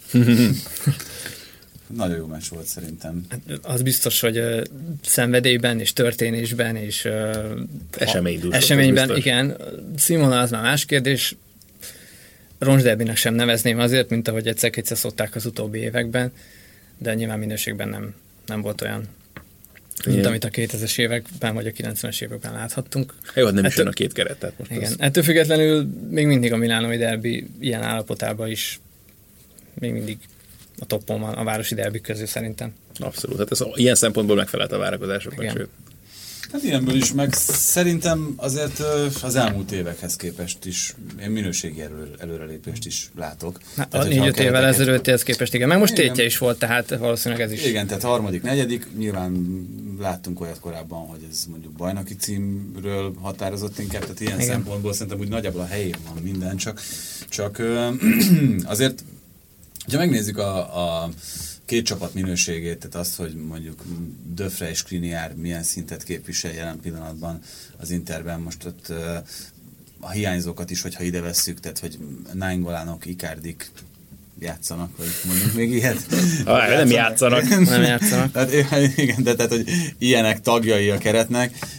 Nagyon jó meccs volt szerintem. Az biztos, hogy uh, szenvedélyben és történésben és uh, eseményben, eseményben, igen. Simona az már más kérdés. Roncsderbinek sem nevezném azért, mint ahogy egyszer-kétszer szokták az utóbbi években, de nyilván minőségben nem, nem volt olyan, mint igen. amit a kétezres években vagy a kilencvenes években láthattunk. Jó, nem ettől, is jön a két keret. Tehát most igen. az... Ettől függetlenül még mindig a milánói derbi ilyen állapotában is még mindig a toppon van a városi derbik közül szerintem. Abszolút. Hát ez ilyen szempontból megfelelt a várakozásoknak, sőt. Hát ilyenből is, meg szerintem azért az elmúlt évekhez képest is én minőségi elő, előrelépést is látok. Hát tehát, a négy-öt évvel ezelőttihez képest, igen. Meg most igen. tétje is volt, tehát valószínűleg ez is. Igen, tehát harmadik, negyedik, nyilván láttunk olyat korábban, hogy ez mondjuk bajnoki címről határozott inkább, tehát ilyen igen. szempontból szerintem úgy nagyjából a helyén van minden, csak, csak azért, ha megnézzük a, a két csapat minőségét, tehát azt, hogy mondjuk De Vrij és Skriniar milyen szintet képvisel jelen pillanatban az Interben, most ott a hiányzókat is, hogyha ide vesszük, tehát hogy Nainggolanok, Icardik játszanak, vagy mondjuk még ilyet. Ah, nem játszanak. Nem játszanak. Tehát, igen, de tehát, hogy ilyenek tagjai a keretnek,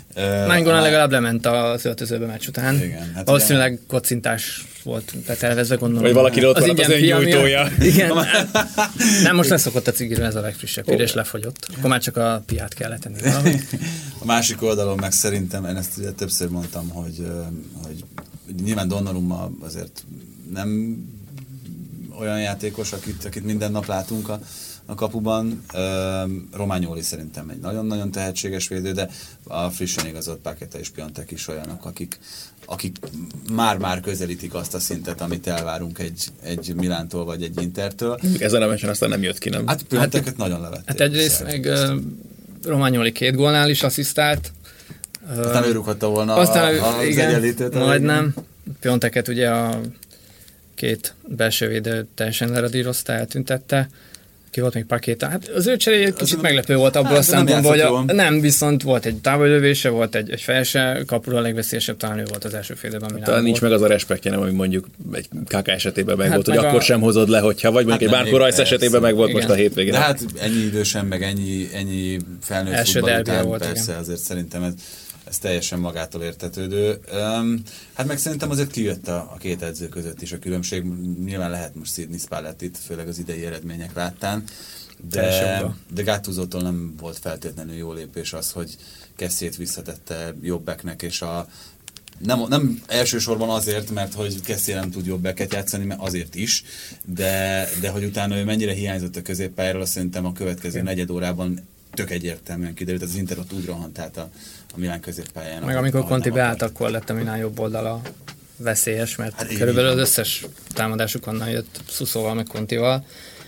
Mánygónál legalább lement az öltözőbe meccs után. Igen, hát valószínűleg ugye... kocintás volt betervezve, gondolom. Vagy valaki ott van az öngyújtója. Igen. Nem, most leszokott a cigiről, ez a legfrissebb hír, és lefogyott. Akkor már csak a piát kellett tenni valahogy. A másik oldalon meg szerintem, én ezt ugye többször mondtam, hogy, hogy nyilván Donnarumma azért nem olyan játékos, akit, akit minden nap látunk a, a kapuban. Romagnoli szerintem egy nagyon-nagyon tehetséges védő, de a frissen igazolt Paqueta és Piontek is olyanok, akik, akik már-már közelítik azt a szintet, amit elvárunk egy, egy Milántól vagy egy Intertől. Ezen a meccsen aztán nem jött ki, nem? Hát Pionteket hát, nagyon levették. Hát egyrészt meg uh, Romagnoli két gólnál is asszisztált. Aztán ő rúghatta volna aztán, a, az igen, egyenlítőt. Majdnem. Pionteket ugye a két belső védő teljesen leradírozta, eltüntette. Ki volt még Paqueta? Hát az ő cseréje egy kicsit meglepő volt abból hát, a szempontból, hogy a, nem, viszont volt egy távollövése, volt egy, egy fejse, kapura a legveszélyesebb, talán ő volt az első fél időben. Talán nincs meg az a respektje, nem, ami mondjuk egy ká ká esetében meg hát volt, meg hogy a... akkor sem hozod le, hogyha vagy mondjuk hát egy Bárko Rajsz esetében meg volt igen. Most a hétvégén. De hát ennyi idősen, meg ennyi, ennyi felnőtt első futball után volt, persze, igen. Azért szerintem ez ez teljesen magától értetődő. Um, hát meg szerintem azért kijött a, a két edző között is a különbség. Nyilván lehet most Sidney Spallettit, főleg az idei eredmények láttán, de, de Gattusótól nem volt feltétlenül jó lépés az, hogy Kessiét visszatette jobbeknek, és a nem, nem elsősorban azért, mert hogy Kessie nem tud jobbeket játszani, mert azért is, de, de hogy utána ő mennyire hiányzott a középpályáról, azt szerintem a következő negyed órában tök egyértelműen kiderült, az Inter ott úgy rohant át a, a Milán középpályán. Meg amikor Conti beállt, akkor lett a Milán jobb oldala veszélyes, mert hát körülbelül az összes támadásuk onnan jött Suszóval, meg Contival.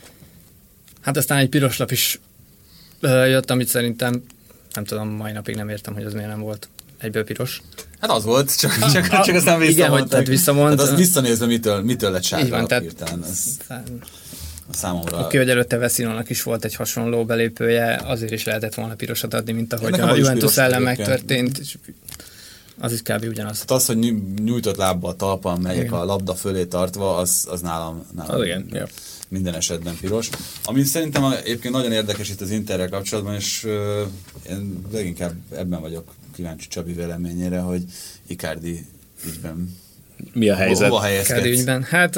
Hát aztán egy piros lap is jött, amit szerintem, nem tudom, mai napig nem értem, hogy az miért nem volt egyből piros. Hát az volt, csak, csak, csak, csak aztán visszamondták. Igen, hogy visszamond. Tehát azt visszanézve, mitől, mitől lett sárga van, tehát, hirtelen. Ez számomra... Oké, hogy előtte Vessinónak is volt egy hasonló belépője, azért is lehetett volna pirosat adni, mint ahogy a Juventus ellen megtörtént. És az is kb. Ugyanaz. Hát az, hogy nyújtott lábba a talpon megyek igen. a labda fölé tartva, az, az nálam, nálam az igen, ja. minden esetben piros. Ami szerintem egyébként nagyon érdekes itt az Interrel kapcsolatban, és uh, én leginkább ebben vagyok kíváncsi Csabi véleményére, hogy Icardi ügyben mi a helyzet? Hova helyezkedsz? Icardi ügyben, hát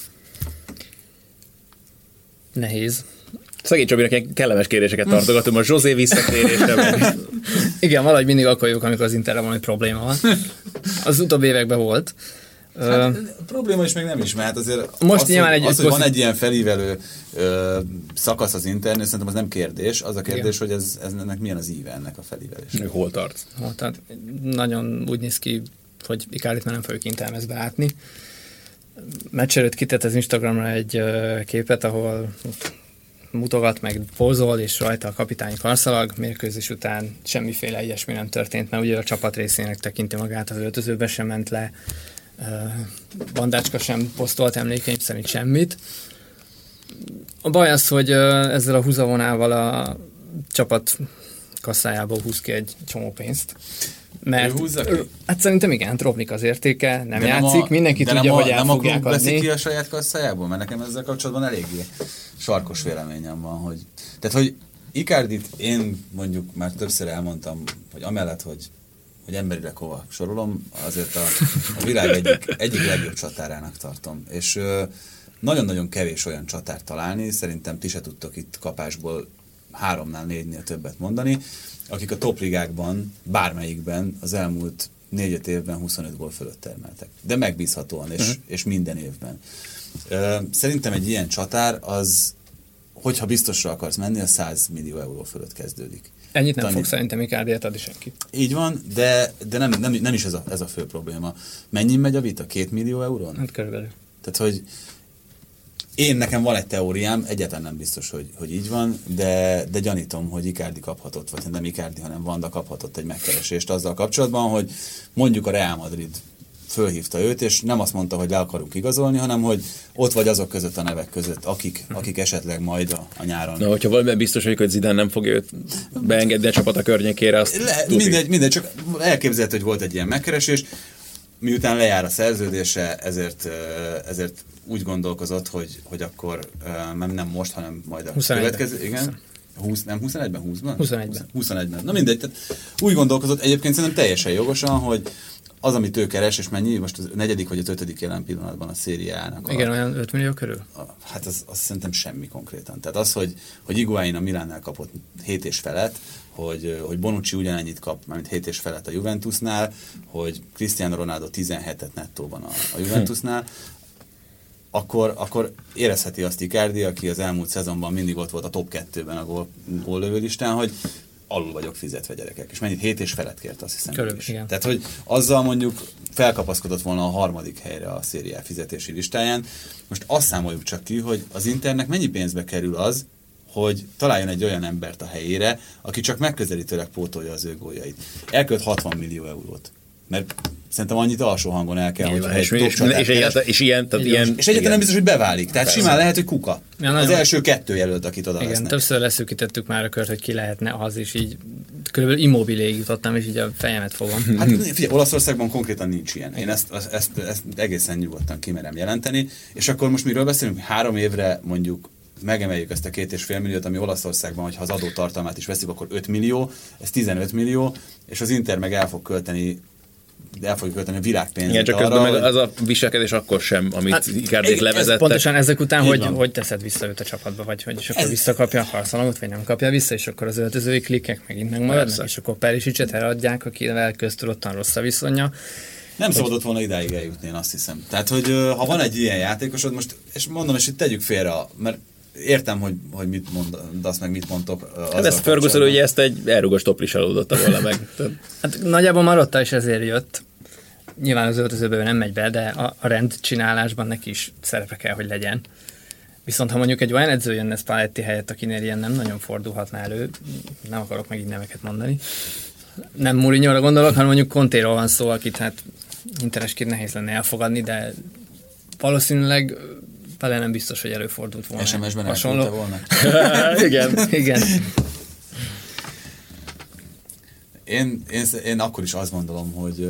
nehéz. Szegény Csabinak ilyen kellemes kéréseket tartogatom, a José visszatérése. Igen, valahogy mindig akkor jók, amikor az Interrel valami probléma van. Az utóbbi években volt. Hát, uh, probléma is még nem is, mert azért most az, nyilván hogy, egy az, hogy van egy ilyen felívelő ö, szakasz az Internél, szerintem az nem kérdés. Az a kérdés, igen. hogy ez, ez ennek milyen az íve ennek a felívelésnek. Hol tart? Hol tart? Nagyon úgy néz ki, hogy Icardit már nem fogjuk Intermezbe látni. Meccs előtt kitett az Instagramra egy uh, képet, ahol mutogat, meg pózol, és rajta a kapitányi karszalag. Mérkőzés után semmiféle ilyesmi nem történt, mert ugye a csapat részének tekinti magát, az öltözőbe sem ment le. Bandácska sem posztolt emlékeim szerint semmit. A baj az, hogy ezzel a húzavonával a csapat kasszájából húz ki egy csomó pénzt. Mert hát szerintem igen, romlik az értéke, nem de játszik, nem a, mindenki tudja, a, hogy el fogják adni. Veszik ki a saját kasszájából? Mert nekem ezzel kapcsolatban eléggé sarkos véleményem van, hogy... Tehát, hogy Icardit én mondjuk már többször elmondtam, hogy amellett, hogy hogy emberileg hova sorolom, azért a, a világ egyik, egyik legjobb csatárának tartom. És ö, nagyon-nagyon kevés olyan csatárt találni, szerintem ti se tudtok itt kapásból háromnál, négynél többet mondani, akik a topligákban, bármelyikben az elmúlt négy-öt évben huszonöt gól fölött termeltek. De megbízhatóan, és, uh-huh. és minden évben. Ö, szerintem egy ilyen csatár az, hogyha biztosra akarsz menni, a száz millió euró fölött kezdődik. Ennyit nem Tanít. fog szerintem Icardiért adni senki. Így van, de, de nem, nem, nem is ez a, ez a fő probléma. Mennyi megy a vita? Két millió eurón? Hát körülbelül. Tehát, hogy én nekem van egy teóriám, egyáltalán nem biztos, hogy, hogy így van, de, de gyanítom, hogy Icardi kaphatott, vagy nem Icardi, hanem Vanda kaphatott egy megkeresést azzal kapcsolatban, hogy mondjuk a Real Madrid fölhívta őt, és nem azt mondta, hogy le akarunk igazolni, hanem hogy ott vagy azok között a nevek között, akik, akik esetleg majd a, a nyáron. Na, hogyha valamiben biztos vagyok, hogy Zidane nem fogja őt beengedni a csapat a környékére, azt Le, mindegy, mindegy, csak elképzelhető, hogy volt egy ilyen megkeresés, miután lejár a szerződése, ezért, ezért úgy gondolkozott, hogy, hogy akkor nem most, hanem majd a következő, igen, húsz, nem huszonegyben, húszban? huszonegyben. huszonegyben. Na mindegy, tehát úgy gondolkozott, egyébként szerintem teljesen jogosan, hogy az, amit ő keres, és mennyi, most a negyedik vagy az ötödik jelen pillanatban a szériának. Igen, a, olyan öt millió körül? A, hát az, az szerintem semmi konkrétan. Tehát az, hogy, hogy Higuain a Milánnál kapott hét és felet, hogy, hogy Bonucci ugyanennyit kap, mint hét és felet a Juventusnál, hogy Cristiano Ronaldo tizenhetet nettóban a, a Juventusnál, akkor, akkor érezheti azt Icardi, aki az elmúlt szezonban mindig ott volt a top kettőben a gól, góllövő listán, hogy alul vagyok fizetve, gyerekek. És mennyit? Hét és felet kért, azt hiszem. Körül, igen. Tehát, hogy azzal mondjuk felkapaszkodott volna a harmadik helyre a Serie A fizetési listáján. Most azt számoljuk csak ki, hogy az Internek mennyi pénzbe kerül az, hogy találjon egy olyan embert a helyére, aki csak megközelítőleg pótolja az ő góljait. Elkölt hatvan millió eurót. Mert szerintem annyit alsó hangon el kell, hogy és, és, és, és, és ilyen, tehát ilyen, és egyáltalán nem biztos, hogy beválik. Tehát persze. Simán lehet, hogy kuka. Ja, az első kettő jelölt, akit oda igen, lesznek. Többször leszűkítettük már a kört, hogy ki lehetne az, és így körülbelül Immobiléig jutottam, és így a fejemet fogom. Hát figyelj, Olaszországban konkrétan nincs ilyen. Én ezt, ezt, ezt, ezt egészen nyugodtan kimerem jelenteni. És akkor most miről beszélünk? Három évre mondjuk megemeljük ezt a két és fél milliót, ami Olaszországban, hogyha az adótartalmát is veszik, akkor öt millió, ez tizenöt millió, és az Inter meg el fog költeni el fogjuk költeni a világpénzt. Igen, csak közben meg az a viselkedés akkor sem, amit hát, Icardiék levezettek. Pontosan ezek után, hogy, hogy teszed vissza őt a csapatba, vagy hogy és akkor ez visszakapja a harcalagot, vagy nem kapja vissza, és akkor az öltözői klikkek megint megmaradnak, és akkor Perisicset eladják, akivel köztudottan rossz a viszonya. Nem hogy... szabadott volna idáig eljutni, én azt hiszem. Tehát, hogy ha van egy ilyen játékosod, most, és mondom, és itt tegyük félre, mert értem, hogy, hogy mit mondasz, meg mit mondtok. Hát ezt Ferguson ugye ezt egy elrugos toplis alódotta volna meg. Hát nagyjából Marotta is ezért jött. Nyilván az öltözőben nem megy be, de a, a rendcsinálásban neki is szerepe kell, hogy legyen. Viszont ha mondjuk egy olyan edző jönne Spalletti helyett, akinél ilyen nem nagyon fordulhatna elő, nem akarok meg így neveket mondani, nem Mourinho-ra gondolok, hanem mondjuk Contéról van szó, akit hát interesként nehéz lenne elfogadni, de valószínűleg vele nem biztos, hogy előfordult volna. es em es-ben elküldte volna. Igen. Igen. Én, én, én akkor is azt gondolom, hogy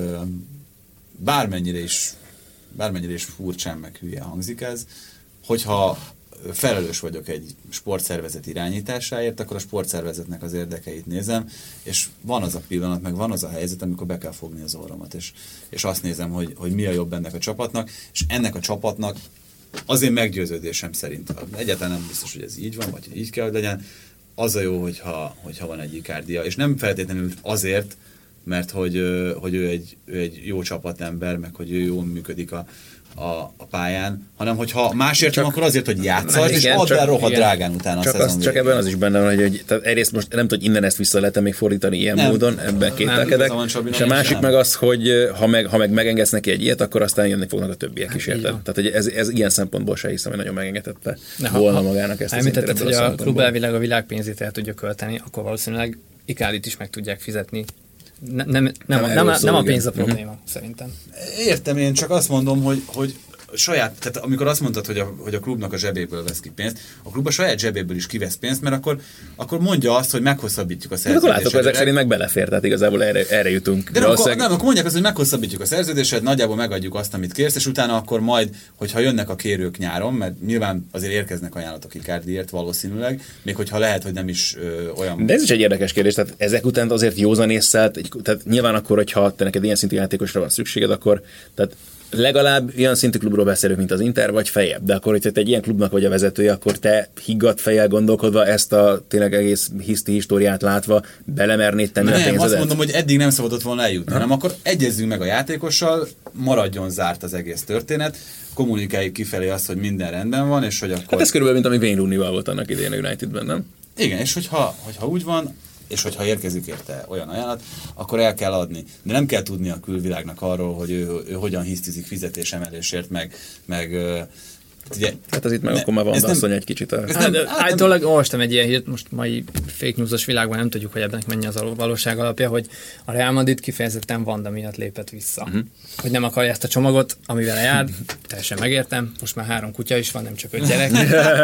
bármennyire is, bármennyire is furcsán meg hülye hangzik ez, hogyha felelős vagyok egy sportszervezet irányításáért, akkor a sportszervezetnek az érdekeit nézem, és van az a pillanat, meg van az a helyzet, amikor be kell fogni az orromat, és, és azt nézem, hogy, hogy mi a jobb ennek a csapatnak, és ennek a csapatnak az én meggyőződésem szerint, egyáltalán nem biztos, hogy ez így van, vagy így kell, hogy legyen, az a jó, hogyha, hogyha van egy Icardia, és nem feltétlenül azért, mert hogy, hogy ő, egy, ő egy jó csapatember, meg hogy ő jól működik a, a, a pályán, hanem hogyha másért nem, akkor azért, hogy játszol, és add el rohadt drágán utána csak a szezon. Csak ebben az is benne van, hogy, hogy tehát egyrészt most nem tudom, hogy innen ezt vissza lehet még fordítani ilyen nem, módon, ebben kételkedek, és a másik meg az, hogy ha meg, ha meg megengedsz neki egy ilyet, akkor aztán jönni fognak a többiek hát is, érted? Tehát hogy ez, ez ilyen szempontból se hiszem, hogy nagyon megengedette volna magának ezt. Említetted, hogy a klub elvileg a világ pénzét el tudja költeni, akkor valószínűleg Icardit is meg tudják fizetni. Nem, nem, nem, nem, nem, nem a pénz a probléma, uh-huh. szerintem. Értem, én csak azt mondom, hogy, hogy saját, tehát amikor azt mondtad, hogy a, hogy a klubnak a zsebéből vesz ki pénzt, a klub a saját zsebéből is kivesz pénzt, mert akkor, akkor mondja azt, hogy meghosszabbítjuk a szerződést. Akkor látok, ezek szerint meg belefér, tehát igazából erre, erre jutunk. De nem, akkor, nem, akkor mondják azt, hogy meghosszabbítjuk a szerződésed, nagyjából megadjuk azt, amit kérsz, és utána akkor majd, hogyha jönnek a kérők nyáron, mert nyilván azért érkeznek ajánlatok Icardiért valószínűleg, még hogyha lehet, hogy nem is ö, olyan. De ez is egy érdekes kérdés, tehát ezek után azért józan ésszel, tehát nyilván akkor, hogyha te neked ilyen szintű játékosra van szükséged, akkor tehát legalább olyan szintű klubról beszélünk, mint az Inter, vagy feljebb. De akkor, hogyha te egy ilyen klubnak vagy a vezetője, akkor te higgadt fejjel gondolkodva ezt a tényleg egész hiszti históriát látva belemernéd tenni nem, a pénzedet? Azt mondom, hogy eddig nem szabadott volna eljutni, hanem akkor egyezzünk meg a játékossal, maradjon zárt az egész történet, kommunikáljuk kifelé azt, hogy minden rendben van, és hogy akkor... Hát ez körülbelül, mint ami Wayne Rooney-val volt annak idején a Unitedben, nem? Igen, és hogyha, hogyha úgy van, és hogyha érkezik érte olyan ajánlat, akkor el kell adni. De nem kell tudni a külvilágnak arról, hogy ő, ő hogyan hisztizik fizetésemelésért, meg, meg ugye, hát az itt meg ne, akkor már van asszony egy kicsit. A... Hát, állítólag olvastam egy ilyen hírt, most mai fake news-os világban nem tudjuk, hogy ebben mennyi az a valóság alapja, hogy a Real Madrid kifejezetten Vanda miatt lépett vissza. Uh-huh. Hogy nem akarja ezt a csomagot, amivel jár, teljesen megértem, most már három kutya is van, nem csak öt gyerek.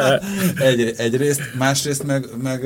egy, egyrészt, másrészt meg, meg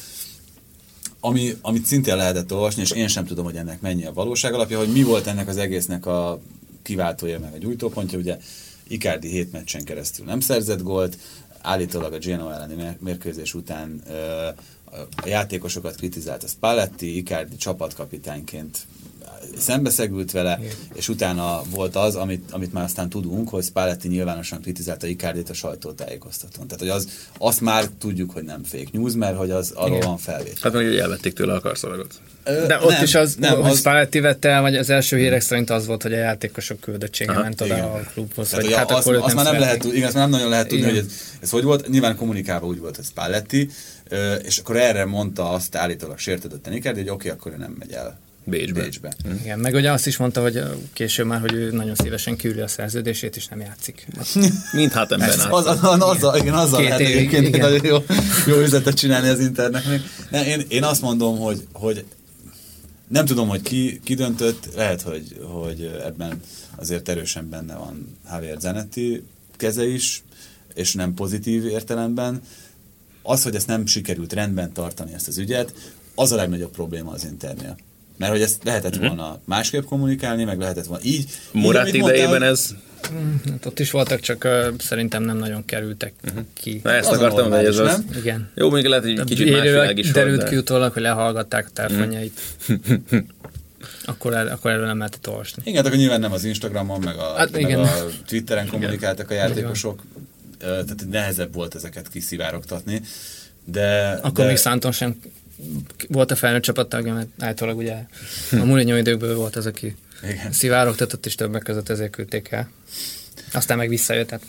Ami, amit szintén lehetett olvasni, és én sem tudom, hogy ennek mennyi a valóság alapja, hogy mi volt ennek az egésznek a kiváltója, meg a gyújtópontja. Ugye Icardi hét meccsen keresztül nem szerzett gólt, állítólag a Genoa elleni mérkőzés után a játékosokat kritizálta Spalletti, Icardi csapatkapitányként szembeszegült vele, igen. És utána volt az, amit, amit már aztán tudunk, hogy Spalletti nyilvánosan kritizálta Icardit a sajtótájékoztatón. Tehát, hogy az, azt már tudjuk, hogy nem fake news, mert hogy az arról van felvétel. Hát meg, hogy elvették tőle a karszalagot. De ott nem, is az, nem, hogy az... Spalletti vette el, vagy az első hírek szerint az volt, hogy a játékosok küldöttsége Aha, ment oda a klubhoz. Tehát, hogy hogy hát azt, akkor azt nem már nem lehet, igen, azt már nem nagyon lehet tudni, igen. hogy ez, ez hogy volt. Nyilván kommunikálva úgy volt, hogy Spalletti, és akkor erre mondta azt állítólag sértődötten Icardi, hogy oké, okay, akkor ő nem megy el Bécsbe. Bécsbe. Mm. Igen, meg ugye azt is mondta, hogy később már, hogy ő nagyon szívesen küldi a szerződését, és nem játszik. Mindhát ember át. Az, az, azzal, igen, azzal lehet egyébként egy nagyon jó, jó üzletet csinálni az Internek még. Ne, én, én azt mondom, hogy, hogy nem tudom, hogy ki, ki döntött, lehet, hogy, hogy ebben azért erősen benne van Javier Zanetti keze is, és nem pozitív értelemben. Az, hogy ezt nem sikerült rendben tartani, ezt az ügyet, az a legnagyobb probléma az Internél. Mert hogy ezt lehetett uh-huh. volna másképp kommunikálni, meg lehetett volna így. Murat idejében mondtál, ez... Hát ott is voltak, csak uh, szerintem nem nagyon kerültek uh-huh. ki. Na ezt az akartam, hogy ez az... Igen. Jó, még lehet, hogy kicsit más világ is derült volt, ki utólag, hogy lehallgatták a telefonjait. Uh-huh. akkor, el, akkor erről nem lehetett olvasni. Igen, hát akkor nyilván nem az Instagramon, meg a, hát, meg a Twitteren kommunikáltak igen. a játékosok. Tehát nehezebb volt ezeket kiszivárogtatni. De, akkor de... még Santon sem volt a felnőtt csapattagja, mert általában ugye a Mourinho időkből volt az, aki igen. szivárogtatott, és többek között ezért küldték el. Aztán meg visszajött. Tehát...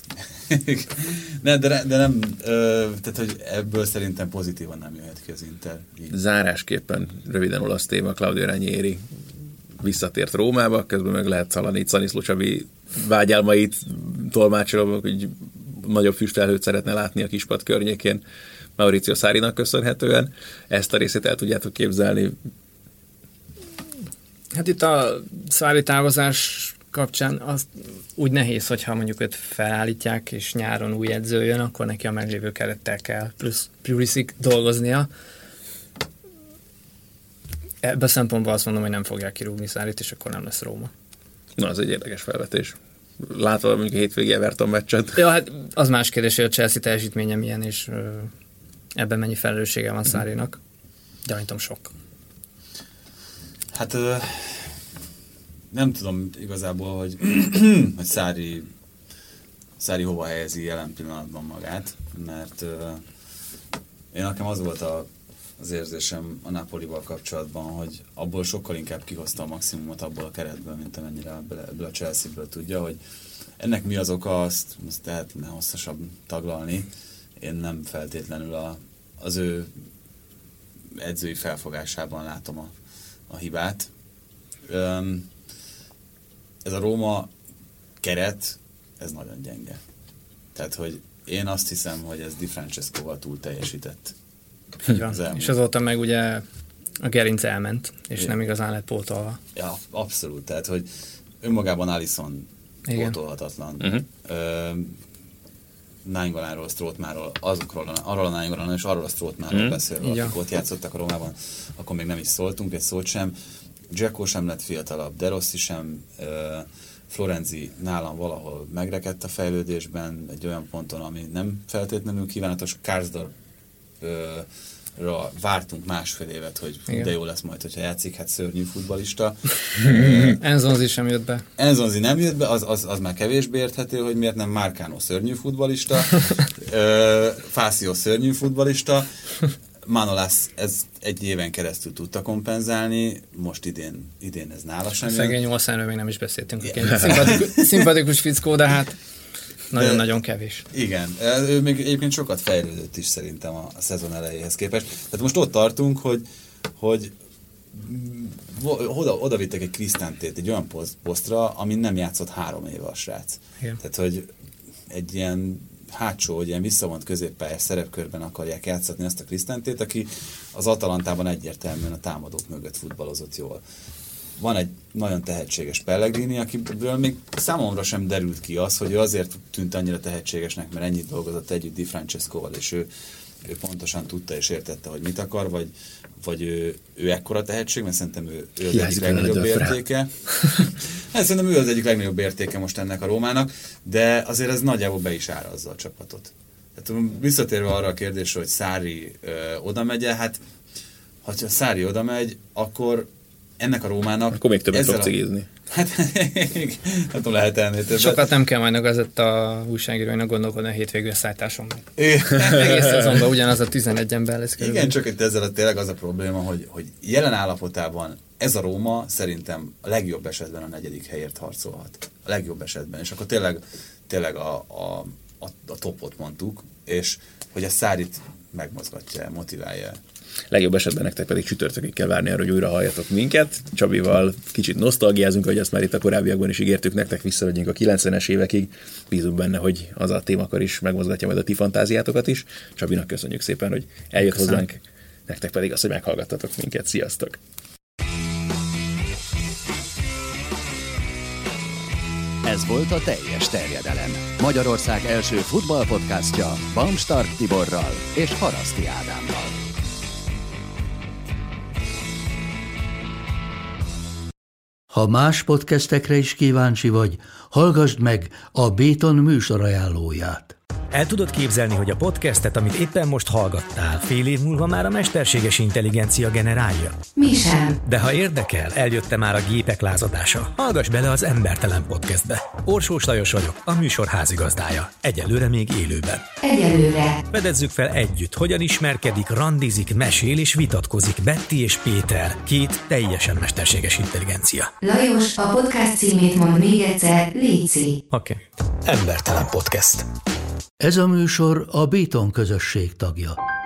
ne, de, de nem, ö, tehát hogy ebből szerintem pozitívan nem jöhet ki az Inter. Így. Zárásképpen röviden olasz téma, Claudio Ranieri visszatért Rómába, közben meg lehet szalani Szaniszló Csabi vágyálmait tolmácsolom, hogy nagyobb füstfelhőt szeretne látni a kispad környékén Maurizio Sarrinak köszönhetően. Ezt a részét el tudjátok képzelni? Hát itt a Sarri távozás kapcsán az úgy nehéz, hogyha mondjuk őt felállítják, és nyáron új edző jön, akkor neki a meglévő kerettel kell plusz Pulisic dolgoznia. Ebben a szempontból azt mondom, hogy nem fogják kirúgni Sarrit, és akkor nem lesz Róma. Na, az egy érdekes felvetés. Látod mondjuk a hétvégi Everton meccset? Ja, hát az más kérdés, hogy a Chelsea teljesítménye milyen, és ö, ebben mennyi felelőssége van Sarrinak. Gyanítom sok. Hát ö, nem tudom igazából, hogy, hogy Sarri, Sarri hova helyezi jelen pillanatban magát, mert ö, én nekem az volt a, az érzésem a Napolival kapcsolatban, hogy abból sokkal inkább kihozta a maximumot abból a keretből, mint amennyire ebből a Chelsea-ből tudja, hogy ennek mi az oka, azt, azt lehetne hosszasabb taglalni. Én nem feltétlenül a, az ő edzői felfogásában látom a, a hibát. Öm, ez a Róma keret, ez nagyon gyenge. Tehát, hogy én azt hiszem, hogy ez Di Francescoval túl teljesített. Az és azóta meg ugye a gerinc elment, és igen. nem igazán lett pótolva. Ja, abszolút. Tehát, hogy önmagában Alisson pótolhatatlan. Uh-huh. Nainggolanról, Strootmanról, azokról, arról a Nainggolanról és arról a Strootmanról uh-huh. beszélve, akik ott játszottak a Rómában, akkor még nem is szóltunk, egy szót sem. Dzeko sem lett fiatalabb, De Rossi sem, uh, Florenzi nálam valahol megrekedt a fejlődésben, egy olyan ponton, ami nem feltétlenül kívánatos. Karsdorp ra vártunk másfél évet, hogy hú, de jó lesz majd, hogyha játszik, hát szörnyű futballista. Enzonzi sem jött be. Enzonzi nem jött be, az, az, az már kevésbé érthető, hogy miért nem Marcano szörnyű futballista, Fácio szörnyű futballista, Manolas ez egy éven keresztül tudta kompenzálni, most idén, idén ez nála sem. Szegény Olszánról még nem is beszéltünk, szimpatikus, szimpatikus fickó, de hát nagyon-nagyon kevés. Igen, ő még egyébként sokat fejlődött is szerintem a, a szezon elejéhez képest. Tehát most ott tartunk, hogy, hogy oda, oda vittek egy Krisztántét egy olyan posztra, amin nem játszott három éve a srác. Igen. Tehát, hogy egy ilyen hátsó, egy ilyen visszavont középpályás szerepkörben akarják játszatni azt a Krisztántét, aki az Atalantában egyértelműen a támadók mögött futballozott jól. Van egy nagyon tehetséges Pellegrini, akiből még számomra sem derült ki az, hogy ő azért tűnt annyira tehetségesnek, mert ennyit dolgozott együtt Di Francescoval, és ő, ő pontosan tudta és értette, hogy mit akar, vagy, vagy ő, ő ekkora tehetség, mert szerintem ő, ő az ja, egyik legnagyobb értéke. Hát, szerintem ő az egyik legnagyobb értéke most ennek a Rómának, de azért ez nagyjából be is árazza a csapatot. Hát, visszatérve arra a kérdésre, hogy Sarri ö, oda megye, hát ha Sarri oda megy, akkor ennek a Rómának... Akkor még többet fog a... cigizni. Hát, hát lehet ennél többet. Sokat nem kell majd a gazetta újságíróinak gondolkodni a hétvégű szálltáson. Egész szezonban ugyanaz a tizenegy ember lesz körülbelül. Igen, csak itt ezzel a, tényleg az a probléma, hogy, hogy jelen állapotában ez a Róma szerintem a legjobb esetben a negyedik helyért harcolhat. A legjobb esetben. És akkor tényleg, tényleg a, a, a, a topot mondtuk, és hogy a Sarrit megmozgatja, motiválja. Legjobb esetben nektek pedig csütörtökig kell várni arra, hogy újra halljatok minket. Csabival kicsit nosztalgiázunk, ahogy azt már itt a korábbiakban is ígértük nektek, visszamegyünk a kilencvenes évekig. Bízunk benne, hogy az a témakör is megmozgatja majd a ti fantáziátokat is. Csabinak köszönjük szépen, hogy eljött Köszönöm. hozzánk. Nektek pedig azt, hogy meghallgattatok minket. Sziasztok! Ez volt a Teljes Terjedelem. Magyarország első futballpodcastja Bamstart Tiborral és Haraszti Ádámmal. Ha más podcastekre is kíváncsi vagy, hallgassd meg a Béton műsor ajánlóját. El tudod képzelni, hogy a podcastet, amit éppen most hallgattál, fél év múlva már a mesterséges intelligencia generálja? Mi sem. De ha érdekel, eljött már a gépek lázadása. Hallgass bele az Embertelen podcastbe. Orsós Lajos vagyok, a műsor házigazdája. Egyelőre még élőben. Egyelőre. Fedezzük fel együtt, hogyan ismerkedik, randizik, mesél és vitatkozik Betty és Péter, két teljesen mesterséges intelligencia. Lajos, a podcast címét mond még egyszer, léci. Oké. Okay. Embertelen podcast. Ez a műsor a Béton közösség tagja.